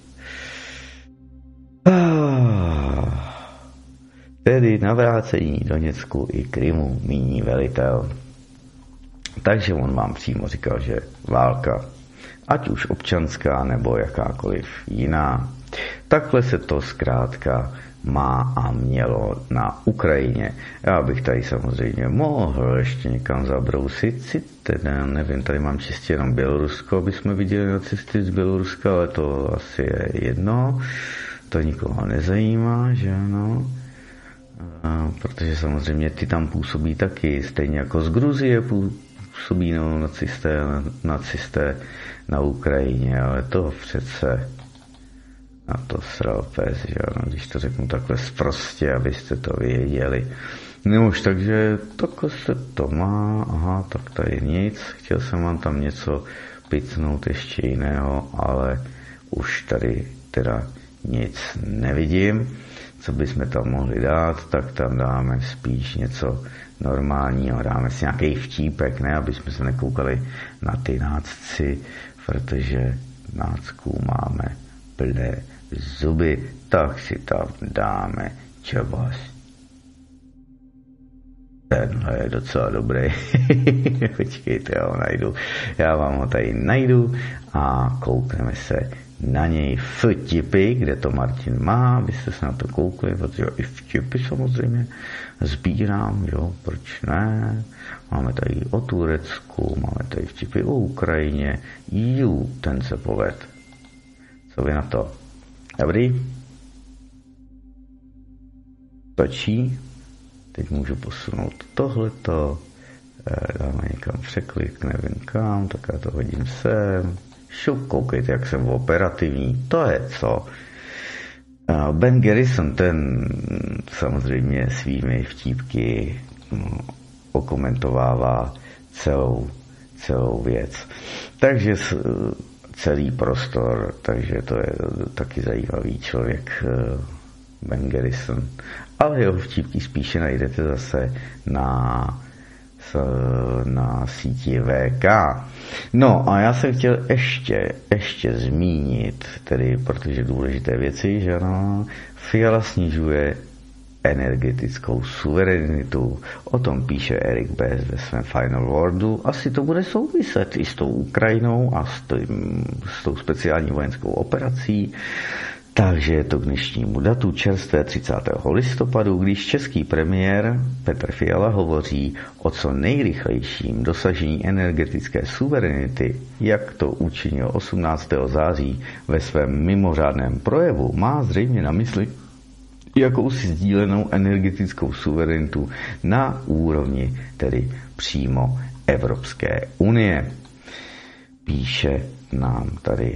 Tedy navrácení Doněcku i Krymu míní velitel. Takže on vám přímo říkal, že válka, ať už občanská nebo jakákoliv jiná. Takhle se to zkrátka má a mělo na Ukrajině. Já bych tady samozřejmě mohl ještě někam zabrousit, teda nevím, tady mám čistě jenom Bělorusko, aby jsme viděli nacisty z Běloruska, ale to asi je jedno, to nikoho nezajímá, že ano, protože samozřejmě ty tam působí taky, stejně jako z Gruzie působí nacisté na Ukrajině, ale to přece na to sral pes, že ano, když to řeknu takhle sprostě, abyste to věděli. No už, takže takhle se to má, aha, tak tady nic, chtěl jsem vám tam něco picnout ještě jiného, ale už tady teda nic nevidím. Co bychom tam mohli dát, tak tam dáme spíš něco normálního, dáme si nějaký vtípek, ne, aby jsme se nekoukali na ty nácci, protože nácků máme plné zuby, tak si tam dáme čabas. Tenhle je docela dobrý. Počkejte, já ho najdu. Já vám ho tady najdu a koukneme se na něj vtipy, kde to Martin má, abyste se na to koukli, protože i vtipy samozřejmě sbírám, jo, proč ne? Máme tady o Turecku, máme tady vtipy o Ukrajině, ten se poved. Co vy na to? Dobrý? Točí. Teď můžu posunout tohleto, dáme někam překlik, nevím kam, tak já to hodím sem. Šup, koukejte, jak jsem operativní, to je co. Ben Garrison, ten samozřejmě svými vtípky okomentovává celou věc. Takže celý prostor, takže to je taky zajímavý člověk, Ben Garrison. Ale jeho vtípky spíše najdete zase na síti VK. No a já jsem chtěl ještě zmínit, tedy protože důležité věci, že no, Fiala snižuje energetickou suverenitu. O tom píše Erik Best ve svém Final Wordu. Asi to bude souviset i s tou Ukrajinou a s tou speciální vojenskou operací. Takže je to k dnešnímu datu čerstvé 30. listopadu, když český premiér Petr Fiala hovoří o co nejrychlejším dosažení energetické suverenity, jak to učinil 18. září ve svém mimořádném projevu, má zřejmě na mysli jakousi sdílenou energetickou suverenitu na úrovni tedy přímo Evropské unie. Píše nám tady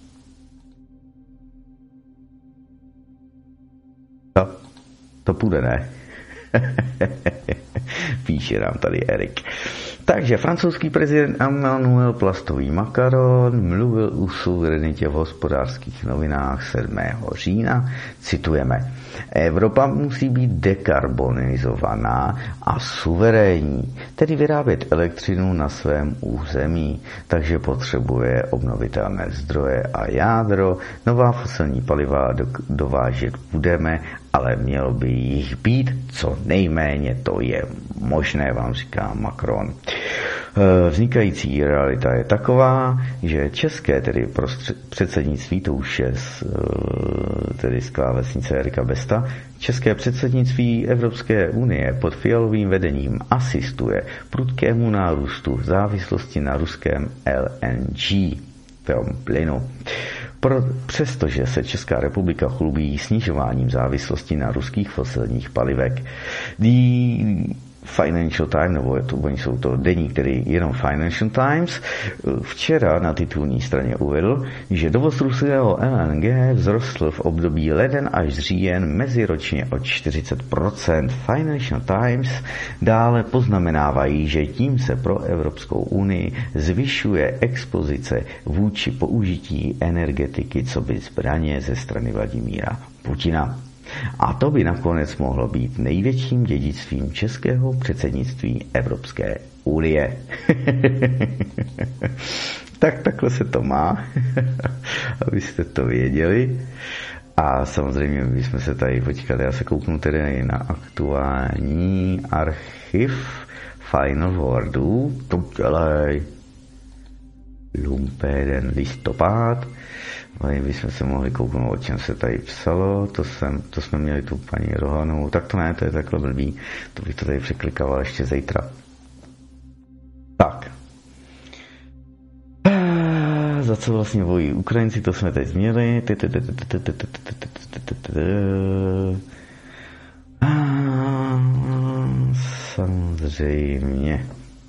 to půjde, ne? Píše nám tady Erik. Takže francouzský prezident Emmanuel Plastový Macron mluvil o suverenitě v Hospodářských novinách 7. října. Citujeme: Evropa musí být dekarbonizovaná a suverénní, tedy vyrábět elektřinu na svém území, takže potřebuje obnovitelné zdroje a jádro. Nová fosilní paliva dovážet budeme, ale mělo by jich být co nejméně, to je možné, vám říká Macron. Vznikající realita je taková, že české tedy předsednictví, to už je tedy z klávesnice Erika Besta, české předsednictví Evropské unie pod Fialovým vedením asistuje prudkému nárůstu závislosti na ruském LNG, tom plynu. Přestože se Česká republika chlubí snižováním závislosti na ruských fosilních palivech, Financial Times, nebo oni jsou to deník, který jenom Financial Times, včera na titulní straně uvedl, že dovoz ruského LNG vzrostl v období leden až říjen meziročně o 40%. Financial Times dále poznamenávají, že tím se pro Evropskou unii zvyšuje expozice vůči použití energetiky coby zbraně ze strany Vladimíra Putina. A to by nakonec mohlo být největším dědictvím českého předsednictví Evropské unie. Tak takhle se to má, abyste to věděli. A samozřejmě bychom se tady počkali, já se kouknu tedy na aktuální archiv Final Wordu. To dělej. Lumpéden listopad. My bychom se mohli kouknout, o čem se tady psalo, to jsme měli tu paní Rohanovou, tak to ne, to je takhle blbý, to bych to tady překlikával ještě zítra. Tak. Za co vlastně bojí Ukrajinci, to jsme teď měli. Samozřejmě.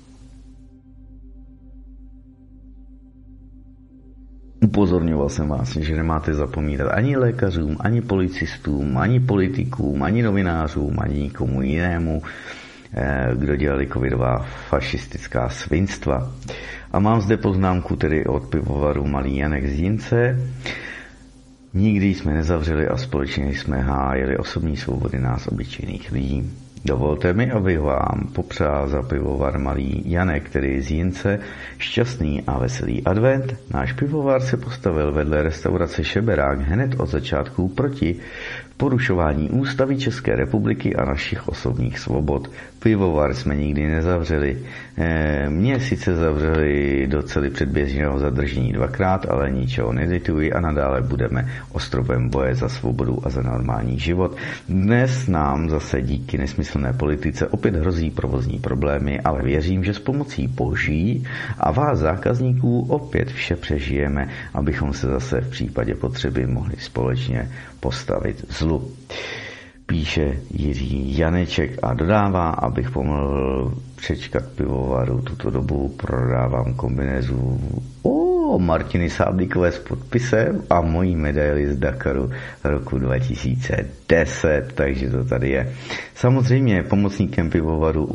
Upozorňoval jsem vás, že nemáte zapomínat ani lékařům, ani policistům, ani politikům, ani novinářům, ani nikomu jinému, kdo dělali covidová fašistická svinstva. A mám zde poznámku tedy od pivovaru Malý Janek z Jince. Nikdy jsme nezavřeli a společně jsme hájili osobní svobody nás obyčejných lidí. Dovolte mi, abych vám popřál za pivovar Malý Janek, který z Jince, šťastný a veselý advent. Náš pivovar se postavil vedle restaurace Šeberák hned od začátku proti porušování ústavy České republiky a našich osobních svobod. Pivovar jsme nikdy nezavřeli. Mě sice zavřeli do cely předběžného zadržení 2krát, ale ničeho nedituji a nadále budeme ostrovem boje za svobodu a za normální život. Dnes nám zase díky nesmyslné politice opět hrozí provozní problémy, ale věřím, že s pomocí Boží a vás zákazníků opět vše přežijeme, abychom se zase v případě potřeby mohli společně postavit zlu. Píše Jiří Janeček a dodává, abych pomohl přečkat pivovaru. Tuto dobu prodávám kombinézu Martiny Sáblíkové s podpisem a mojí medaili z Dakaru roku 2010, takže to tady je. Samozřejmě pomocníkem pivovaru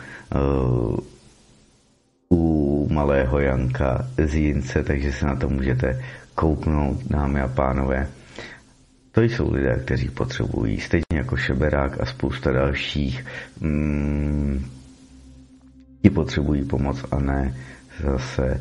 u malého Janka z Jince, takže se na to můžete kouknout, dámy a pánové. To jsou lidé, kteří potřebují, stejně jako Šeberák a spousta dalších, ti potřebují pomoc a ne zase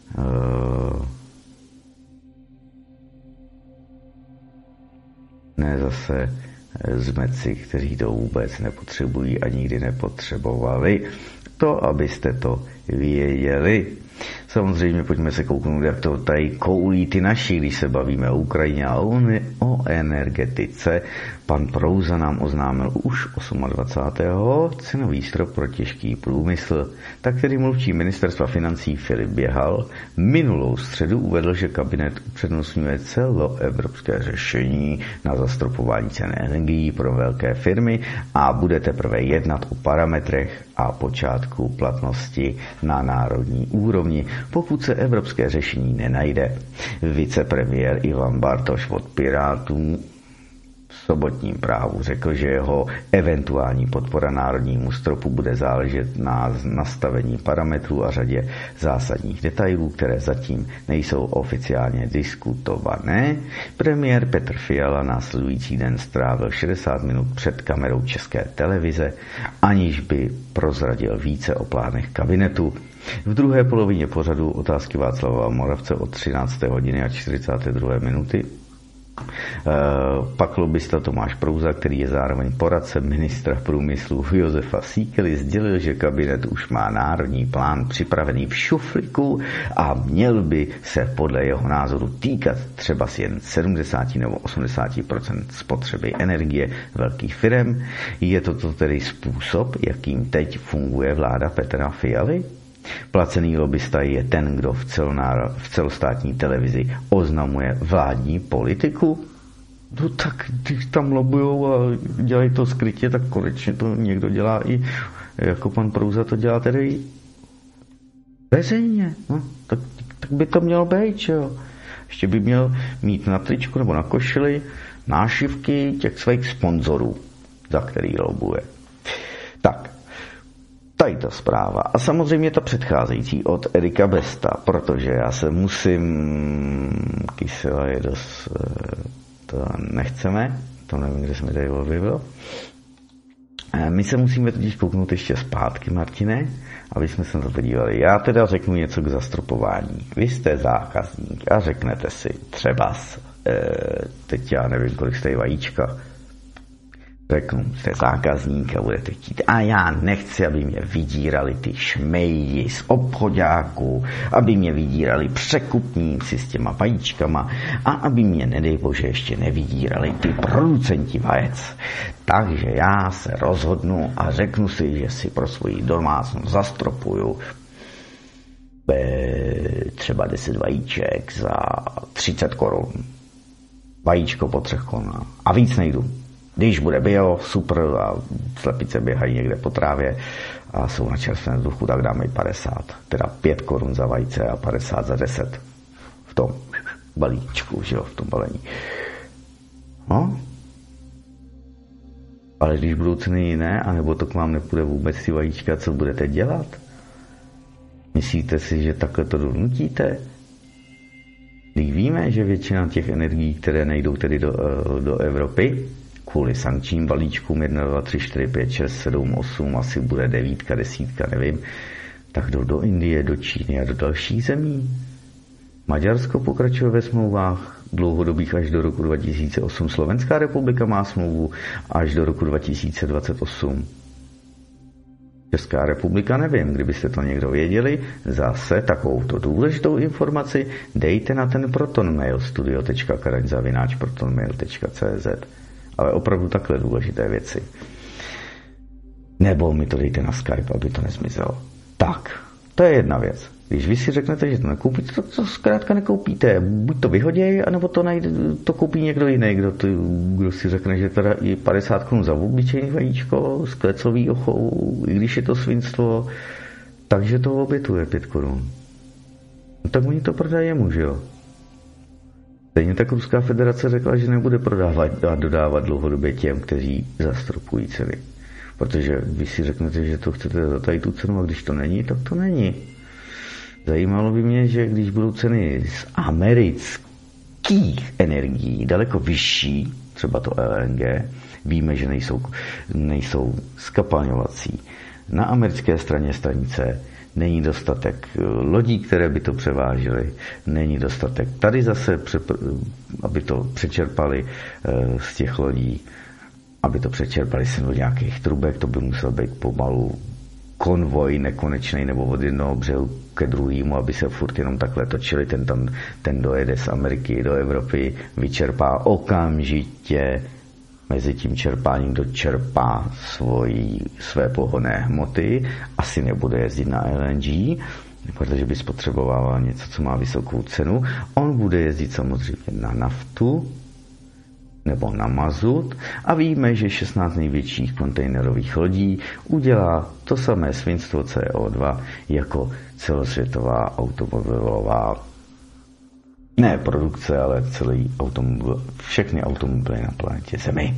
zmeci, kteří to vůbec nepotřebují a nikdy nepotřebovali. To, abyste to věděli. Samozřejmě pojďme se kouknout, jak to tady koulí ty naši, když se bavíme o Ukrajině a o energetice. Pan Prouza nám oznámil už 28. cenový strop pro těžký průmysl. Tak tedy mluvčí ministerstva financí Filip Běhal minulou středu uvedl, že kabinet upřednostňuje celoevropské řešení na zastropování cen energií pro velké firmy a bude teprve jednat o parametrech a počátku platnosti na národní úrovni, pokud se evropské řešení nenajde. Vicepremiér Ivan Bartoš od Pirátů v sobotním Právu řekl, že jeho eventuální podpora národnímu stropu bude záležet na nastavení parametrů a řadě zásadních detailů, které zatím nejsou oficiálně diskutované. Premiér Petr Fiala následující den strávil 60 minut před kamerou České televize, aniž by prozradil více o plánech kabinetu. V druhé polovině pořadu Otázky Václava Moravce od 13. hodiny a 42 minuty pak lobista Tomáš Prouza, který je zároveň poradcem ministra průmyslu Josefa Síkely, sdělil, že kabinet už má národní plán připravený v šuflíku a měl by se podle jeho názoru týkat třeba jen 70 nebo 80% spotřeby energie velkých firem. Je to tedy způsob, jakým teď funguje vláda Petra Fialy? Placený lobista je ten, kdo v celostátní televizi oznamuje vládní politiku? No tak, když tam lobujou a dělají to skrytě, tak konečně to někdo dělá i, jako pan Prouza to dělá tedy veřejně. No, tak by to mělo být, že jo? Ještě by měl mít na tričku nebo na košili nášivky těch svých sponzorů, za který lobuje. Tak. Tady ta zpráva. A samozřejmě ta předcházející od Erika Besta, protože já se musím, kysela je dost, to nechceme, to nevím, kde se mi tady objevilo. My se musíme totiž kouknout ještě zpátky, Martine, aby jsme se na to podívali. Já teda řeknu něco k zastropování. Vy jste zákazník a řeknete si třeba, teď já nevím, kolik stojí vajíčka, řeknu, jste zákazník a budete chtít. A já nechci, aby mě vydírali ty šmejdi z obchoďáků, aby mě vydírali překupníci s těma vajíčkama a aby mě, nedej bože, ještě nevydírali ty producenti vajec. Takže já se rozhodnu a řeknu si, že si pro svoji domácnost zastropuju třeba 10 vajíček za 30 korun. Vajíčko po 3 korunách. A víc nejdu. Když bude bio, super, a slepice běhají někde po trávě a jsou na čerstvém vzduchu, tak dáme 50. Teda 5 korun za vajce a 50 za 10. V tom balíčku, že jo, v tom balení. No. Ale když budou ceny jiné, anebo to k vám nepůjde vůbec ty vajíčka, co budete dělat? Myslíte si, že takhle to donutíte? Když víme, že většina těch energií, které nejdou tedy do Evropy, kvůli sankčním balíčkům 1, 2, 3, 4, 5, 6, 7, 8, asi bude 9, 10, nevím, tak jdou do Indie, do Číny a do dalších zemí. Maďarsko pokračuje ve smlouvách dlouhodobých až do roku 2008. Slovenská republika má smlouvu až do roku 2028. Česká republika nevím, kdybyste to někdo věděli, zase takovouto důležitou informaci dejte na ten proton mail studio.karaň@protonmail.cz, ale opravdu takhle důležité věci. Nebo mi to dejte na Skype, aby to nezmizelo. Tak, to je jedna věc. Když vy si řeknete, že to nekoupíte, to zkrátka nekoupíte. Buď to vyhoděj, anebo to koupí někdo jiný, kdo si řekne, že teda i 50 Kč za obyčejný vajíčko z klecovýho chovu, i když je to svinstvo, takže to obětuje 5 Kč. No tak oni to prodají jemu, že jo? Stejně tak Ruská federace řekla, že nebude prodávat a dodávat dlouhodobě těm, kteří zastropují ceny. Protože vy si řeknete, že to chcete za tady tu cenu, a když to není, tak to není. Zajímalo by mě, že když budou ceny z amerických energií daleko vyšší, třeba to LNG, víme, že nejsou skapalňovací. Na americké straně stanice není dostatek lodí, které by to převážely, není dostatek. Tady zase, aby to přečerpali z těch lodí, aby to přečerpali se do nějakých trubek, to by musel být pomalu konvoj nekonečný nebo od jednoho břehu ke druhému, aby se furt jenom takhle točili, ten dojede z Ameriky do Evropy, vyčerpá okamžitě, mezi tím čerpáním dočerpá své pohonné hmoty, asi nebude jezdit na LNG, protože by spotřeboval něco, co má vysokou cenu. On bude jezdit samozřejmě na naftu nebo na mazut a víme, že 16 největších kontejnerových lodí udělá to samé svinstvo CO2 jako celosvětová automobilová ne produkce, ale celý automobil, všechny automobily na planetě Zemi.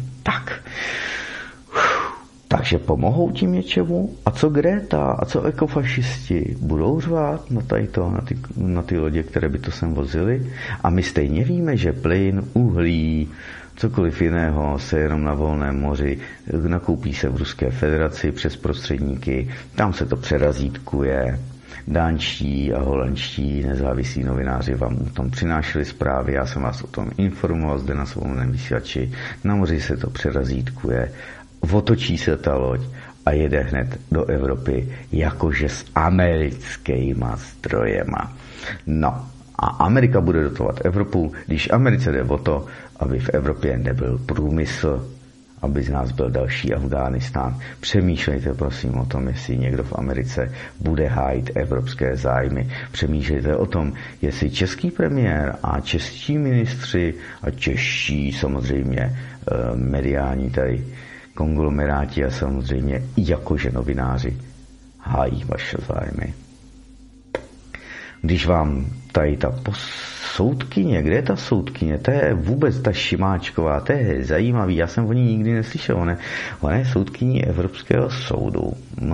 Takže pomohou tím něčemu? A co Greta? A co ekofašisti? Budou řvát na ty lodě, které by to sem vozily? A my stejně víme, že plyn, uhlí, cokoliv jiného se jenom na volném moři nakoupí se v Ruské federaci přes prostředníky, tam se to přerazítkuje. Dánští a holandští nezávislí novináři vám o tom přinášeli zprávy, já jsem vás o tom informoval zde na Svobodném vysílači. Na moři se to přerazítkuje, otočí se ta loď a jede hned do Evropy, jakože s americkýma zdrojema. No a Amerika bude dotovat Evropu, když Americe jde o to, aby v Evropě nebyl průmysl, aby z nás byl další Afghánistán. Přemýšlejte prosím o tom, jestli někdo v Americe bude hájit evropské zájmy. Přemýšlejte o tom, jestli český premiér a čeští ministři a čeští samozřejmě mediální tady konglomeráti a samozřejmě jakože novináři hájí vaše zájmy. Když vám tady ta soudkyně, kde je ta soudkyně? To je vůbec ta Šimáčková, to je zajímavý, já jsem o ní nikdy neslyšel, ona je soudkyní Evropského soudu.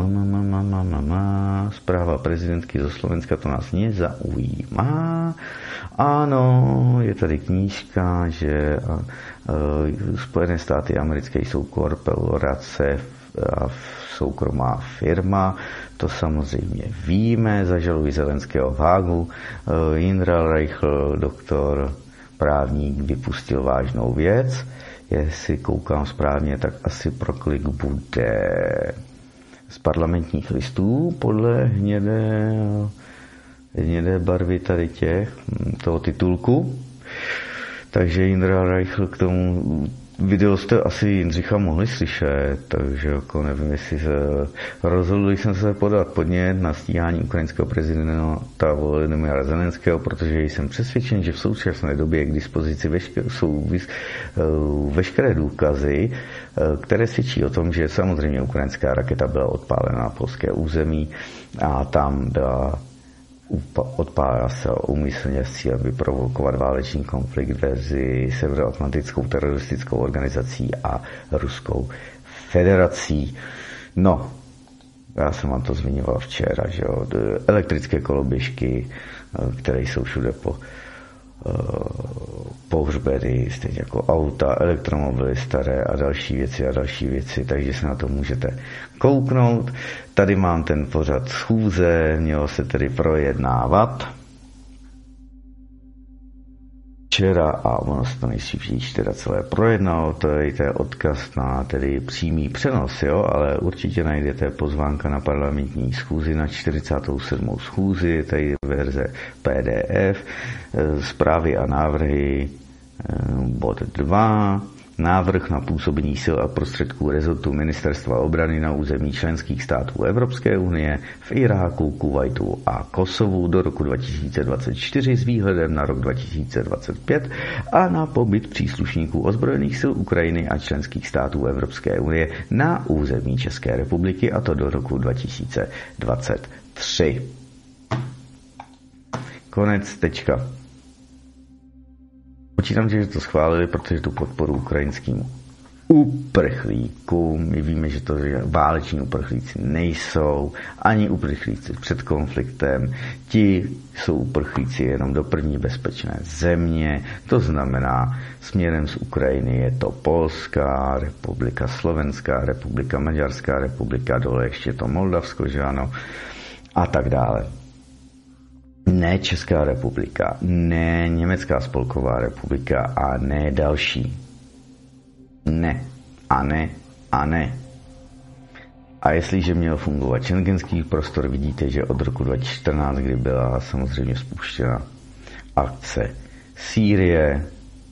Zpráva prezidentky ze Slovenska, to nás nezaujímá. Ano, je tady knížka, že Spojené státy americké jsou korporace a soukromá firma, to samozřejmě víme, zažalují Zelenského v Hágu, Jindra Reichl, doktor, právník, vypustil vážnou věc, jestli koukám správně, tak asi proklik bude z Parlamentních listů podle hnědé barvy tady toho titulku. Takže Jindra Reichl k tomu video jste asi Jindřicha mohli slyšet, takže jako nevím, jestli rozhodl jsem se podat podnět na stíhání ukrajinského prezidenta Volodymyra Zelenského, protože jsem přesvědčen, že v současné době je k dispozici veškeré důkazy, které svědčí o tom, že samozřejmě ukrajinská raketa byla odpálena na polské území a tam byla odpálila se úmyslně s cílem vyprovokovat válečný konflikt mezi Severoatlantickou teroristickou organizací a Ruskou federací. No, já jsem vám to zmiňoval včera, že jo, elektrické koloběžky, které jsou všude pohřbeny, stejně jako auta, elektromobily staré a další věci, takže se na to můžete kouknout. Tady mám ten pořad schůze, mělo se tedy projednávat včera a ono se to nejspíš teda celé projednalo, to je odkaz na tedy přímý přenos, jo, ale určitě najdete pozvánka na parlamentní schůzi na 47. schůzi, tady verze PDF, zprávy a návrhy, bod 2, návrh na působení sil a prostředků rezortu Ministerstva obrany na území členských států Evropské unie v Iráku, Kuvajtu a Kosovu do roku 2024 s výhledem na rok 2025 a na pobyt příslušníků ozbrojených sil Ukrajiny a členských států Evropské unie na území České republiky, a to do roku 2023. Konec, tečka. Počítám, že to schválili, protože tu podporu ukrajinským uprchlíkům, my víme, že to váleční uprchlíci nejsou, ani uprchlíci před konfliktem, ti jsou uprchlíci jenom do první bezpečné země, to znamená směrem z Ukrajiny je to Polská republika, Slovenská republika, Maďarská republika, dole ještě to Moldavsko, že ano, a tak dále. Ne Česká republika, ne Německá spolková republika a ne další. Ne a ne a ne. A jestliže měl fungovat schengenský prostor, vidíte, že od roku 2014, kdy byla samozřejmě spuštěna akce Sýrie,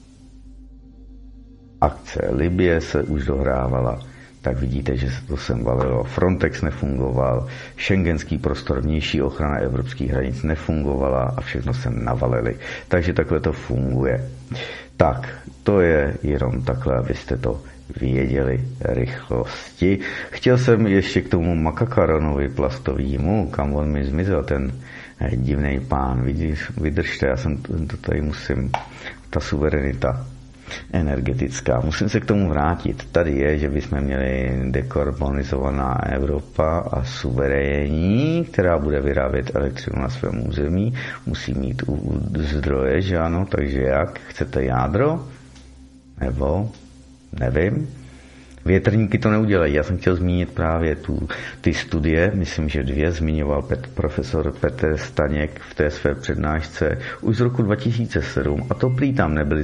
akce Libye se už dohrávala, tak vidíte, že se to sem valilo. Frontex nefungoval, schengenský prostor, vnější ochrana evropských hranic nefungovala a všechno sem navalili. Takže takhle to funguje. Tak, to je jenom takhle, abyste to věděli rychlosti. Chtěl jsem ještě k tomu Makakaronovi plastovému, kam on mi zmizel, ten divnej pán. Vydržte, já jsem to tady musím, ta suverenita energetická. Musím se k tomu vrátit. Tady je, že bychom měli dekarbonizovaná Evropa a suverénní, která bude vyrábět elektřinu na svém území, musí mít zdroje, že ano, takže jak? Chcete jádro? Nebo? Nevím. Větrníky to neudělají. Já jsem chtěl zmínit právě ty studie, myslím, že 2 zmiňoval profesor Petr Staněk v té své přednášce už z roku 2007 a to prý tam nebyla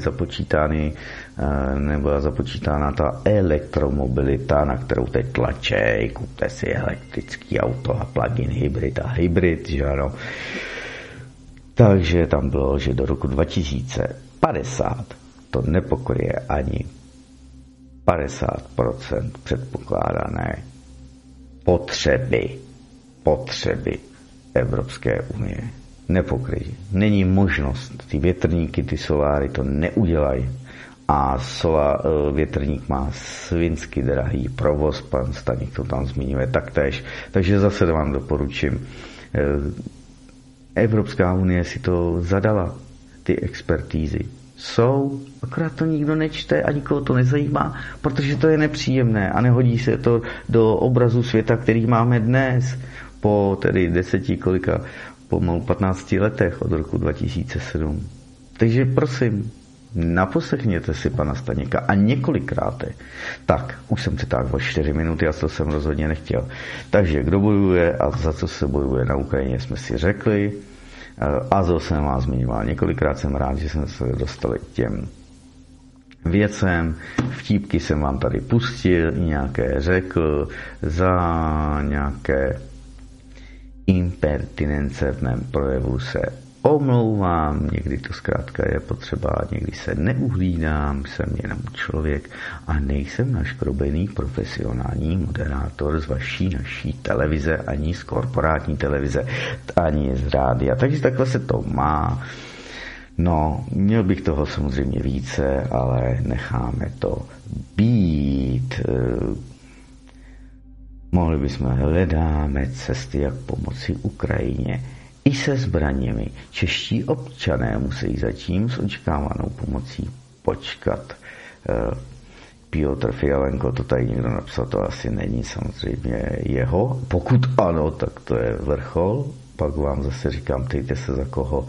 započítána ta elektromobilita, na kterou teď tlačej, kupte si elektrický auto a plug-in hybrid, že ano. Takže tam bylo, že do roku 2050 to nepokryje ani 50% předpokládané potřeby Evropské unie. Nepokryjí. Není možnost. Ty větrníky, ty soláry to neudělají. A větrník má svinsky drahý provoz, pan Staník to tam zmiňuje taktéž. Takže zase vám doporučím. Evropská unie si to zadala, ty expertízy. Jsou, akorát to nikdo nečte a nikoho to nezajímá, protože to je nepříjemné a nehodí se to do obrazu světa, který máme dnes, po tedy 15 letech od roku 2007. Takže prosím, naposlechněte si pana Staněka a několikrát. Tak, už jsem si tak o 4 minuty a to jsem rozhodně nechtěl. Takže kdo bojuje a za co se bojuje na Ukrajině, jsme si řekli. Azov jsem vás zmiňoval několikrát, jsem rád, že jsme se dostali k těm věcem. Vtípky jsem vám tady pustil, nějaké řekl, za nějaké impertinence v mém projevu se omlouvám, někdy to zkrátka je potřeba, někdy se neuhlídám, jsem jenom člověk a nejsem naškrobený profesionální moderátor z naší televize, ani z korporátní televize, ani z rádia. Takže takhle se to má. No, měl bych toho samozřejmě více, ale necháme to být. Mohli bychom hledáme cesty, jak pomoci Ukrajině. I se zbraněmi. Čeští občané musí zatím s očekávanou pomocí počkat. Piotr Fialenko, to tady někdo napsal, to asi není samozřejmě jeho. Pokud ano, tak to je vrchol. Pak vám zase říkám, ptejte se, za koho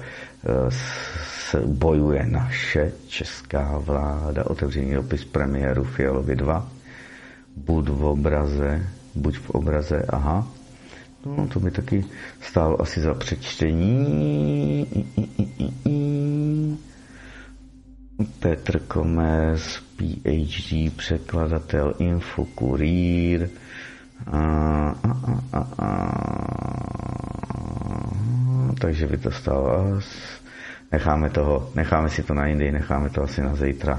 bojuje naše česká vláda. Otevřený dopis premiéru Fialovi 2. Buď v obraze, aha. No, to by taky stálo asi za přečtení. Petr Komers, PhD, překladatel, Infokurýr. Takže by to stalo. Necháme si to na jindy, necháme to asi na zítra.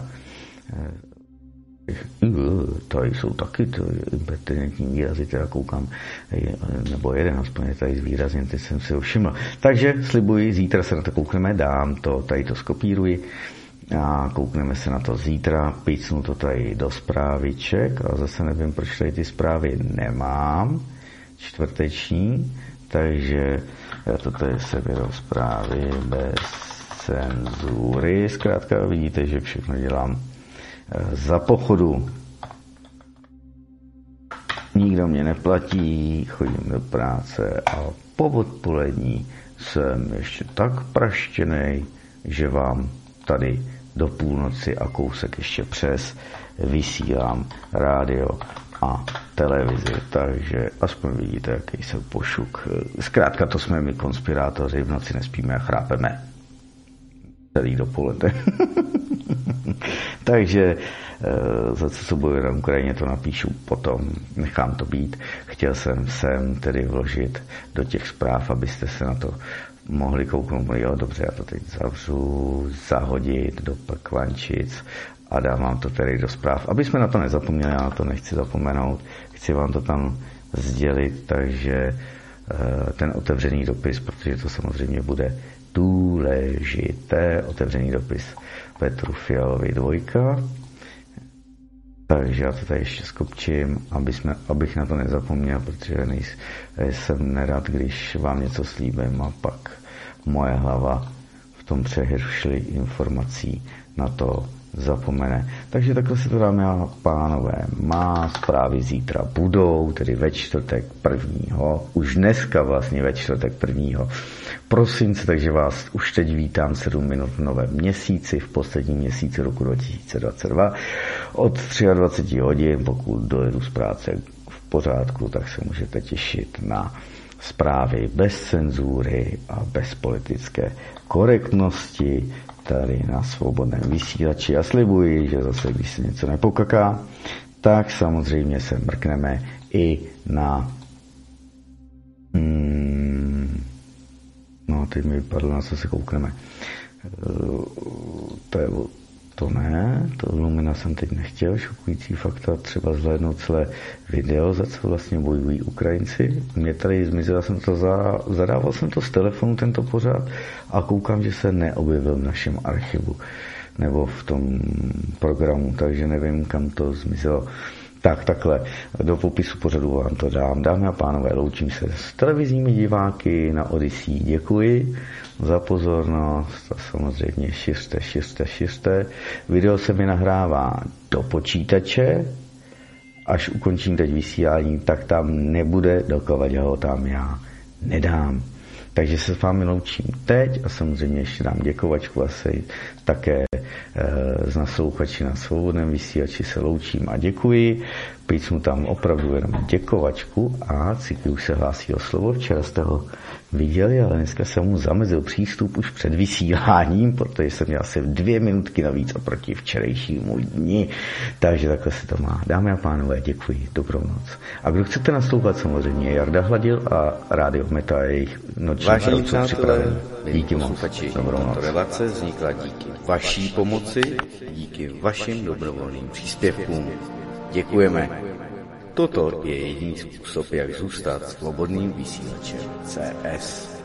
Tady jsou taky pertinentní výrazy, teda koukám, nebo jeden aspoň je tady výrazně, teď jsem si ho všiml. Takže slibuji, zítra se na to koukneme, dám to, tady to skopíruji a koukneme se na to zítra, pícnu to tady do zpráviček a zase nevím, proč tady ty zprávy nemám, čtvrteční, takže já to tady seberu zprávy bez cenzury, zkrátka vidíte, že všechno dělám za pochodu. Nikdo mě neplatí, chodím do práce a po odpolední jsem ještě tak praštěnej, že vám tady do půlnoci a kousek ještě přes vysílám rádio a televizi, takže aspoň vidíte, jaký jsem pošuk. Zkrátka to jsme my konspirátoři, v noci nespíme a chrápeme celý dopoledne. Takže za co bojuje na Ukrajině, to napíšu potom, nechám to být. Chtěl jsem sem tedy vložit do těch zpráv, abyste se na to mohli kouknout, jo, dobře, já to teď zavřu, zahodit do pekvančic a dám vám to tedy do zpráv. Aby jsme na to nezapomněli, já na to nechci zapomenout, chci vám to tam sdělit, takže ten otevřený dopis, protože to samozřejmě bude důležité, otevřený dopis Petru Fialovi 2. Takže já to tady ještě skopčím, abych na to nezapomněl, protože jsem nerad, když vám něco slíbím a pak moje hlava v tom přehršli informací na to zapomene. Takže takhle si to, dámy a pánové, má zprávy zítra budou, tedy ve čtvrtek 1. už dneska vlastně ve čtvrtek 1. prosince, takže vás už teď vítám 7 minut v novém měsíci, v posledním měsíci roku 2022 od 23 hodin, pokud dojedu z práce v pořádku, tak se můžete těšit na zprávy bez cenzury a bez politické korektnosti tady na svobodném vysílači a slibuji, že zase, když se něco nepokaká, tak samozřejmě se mrkneme i na no teď mi vypadlo, na co se koukneme. To ne, to Lumina jsem teď nechtěl, šokující fakta, třeba zhlédnout celé video, za co vlastně bojují Ukrajinci. Mě tady zmizela jsem to, zadával jsem to z telefonu, tento pořád, a koukám, že se neobjevil v našem archivu nebo v tom programu, takže nevím, kam to zmizelo. Tak takhle, do popisu pořadu vám to dám. Dámy a pánové, loučím se s televizními diváky na Odyssey. Děkuji za pozornost a samozřejmě šiřte. Video se mi nahrává do počítače. Až ukončím teď vysílání, tak tam nebude, dokud ho tam já nedám. Takže se s vámi loučím teď a samozřejmě ještě dám děkovačku asi také z naslouchači na svobodném vysílači se loučím a děkuji. Pícnu tam opravdu jenom děkovačku a Cykl už se hlásí o slovo. Včera jste ho viděli, ale dneska jsem mu zamezil přístup už před vysíláním, protože jsem měl asi 2 minutky navíc oproti včerejšímu dni. Takže takhle se to má. Dámy a pánové, děkuji. Dobrou noc. A kdo chcete naslouchat, samozřejmě Jarda Hladil a Rádio Meta je jejich noční Vážení přátelé, díky moc. Dobrou noc. Relace vznikla díky vaší pomoci, díky vašim dobrovolným příspěvkům. Děkujeme. Toto je jediný způsob, jak zůstat svobodným vysílačem CS.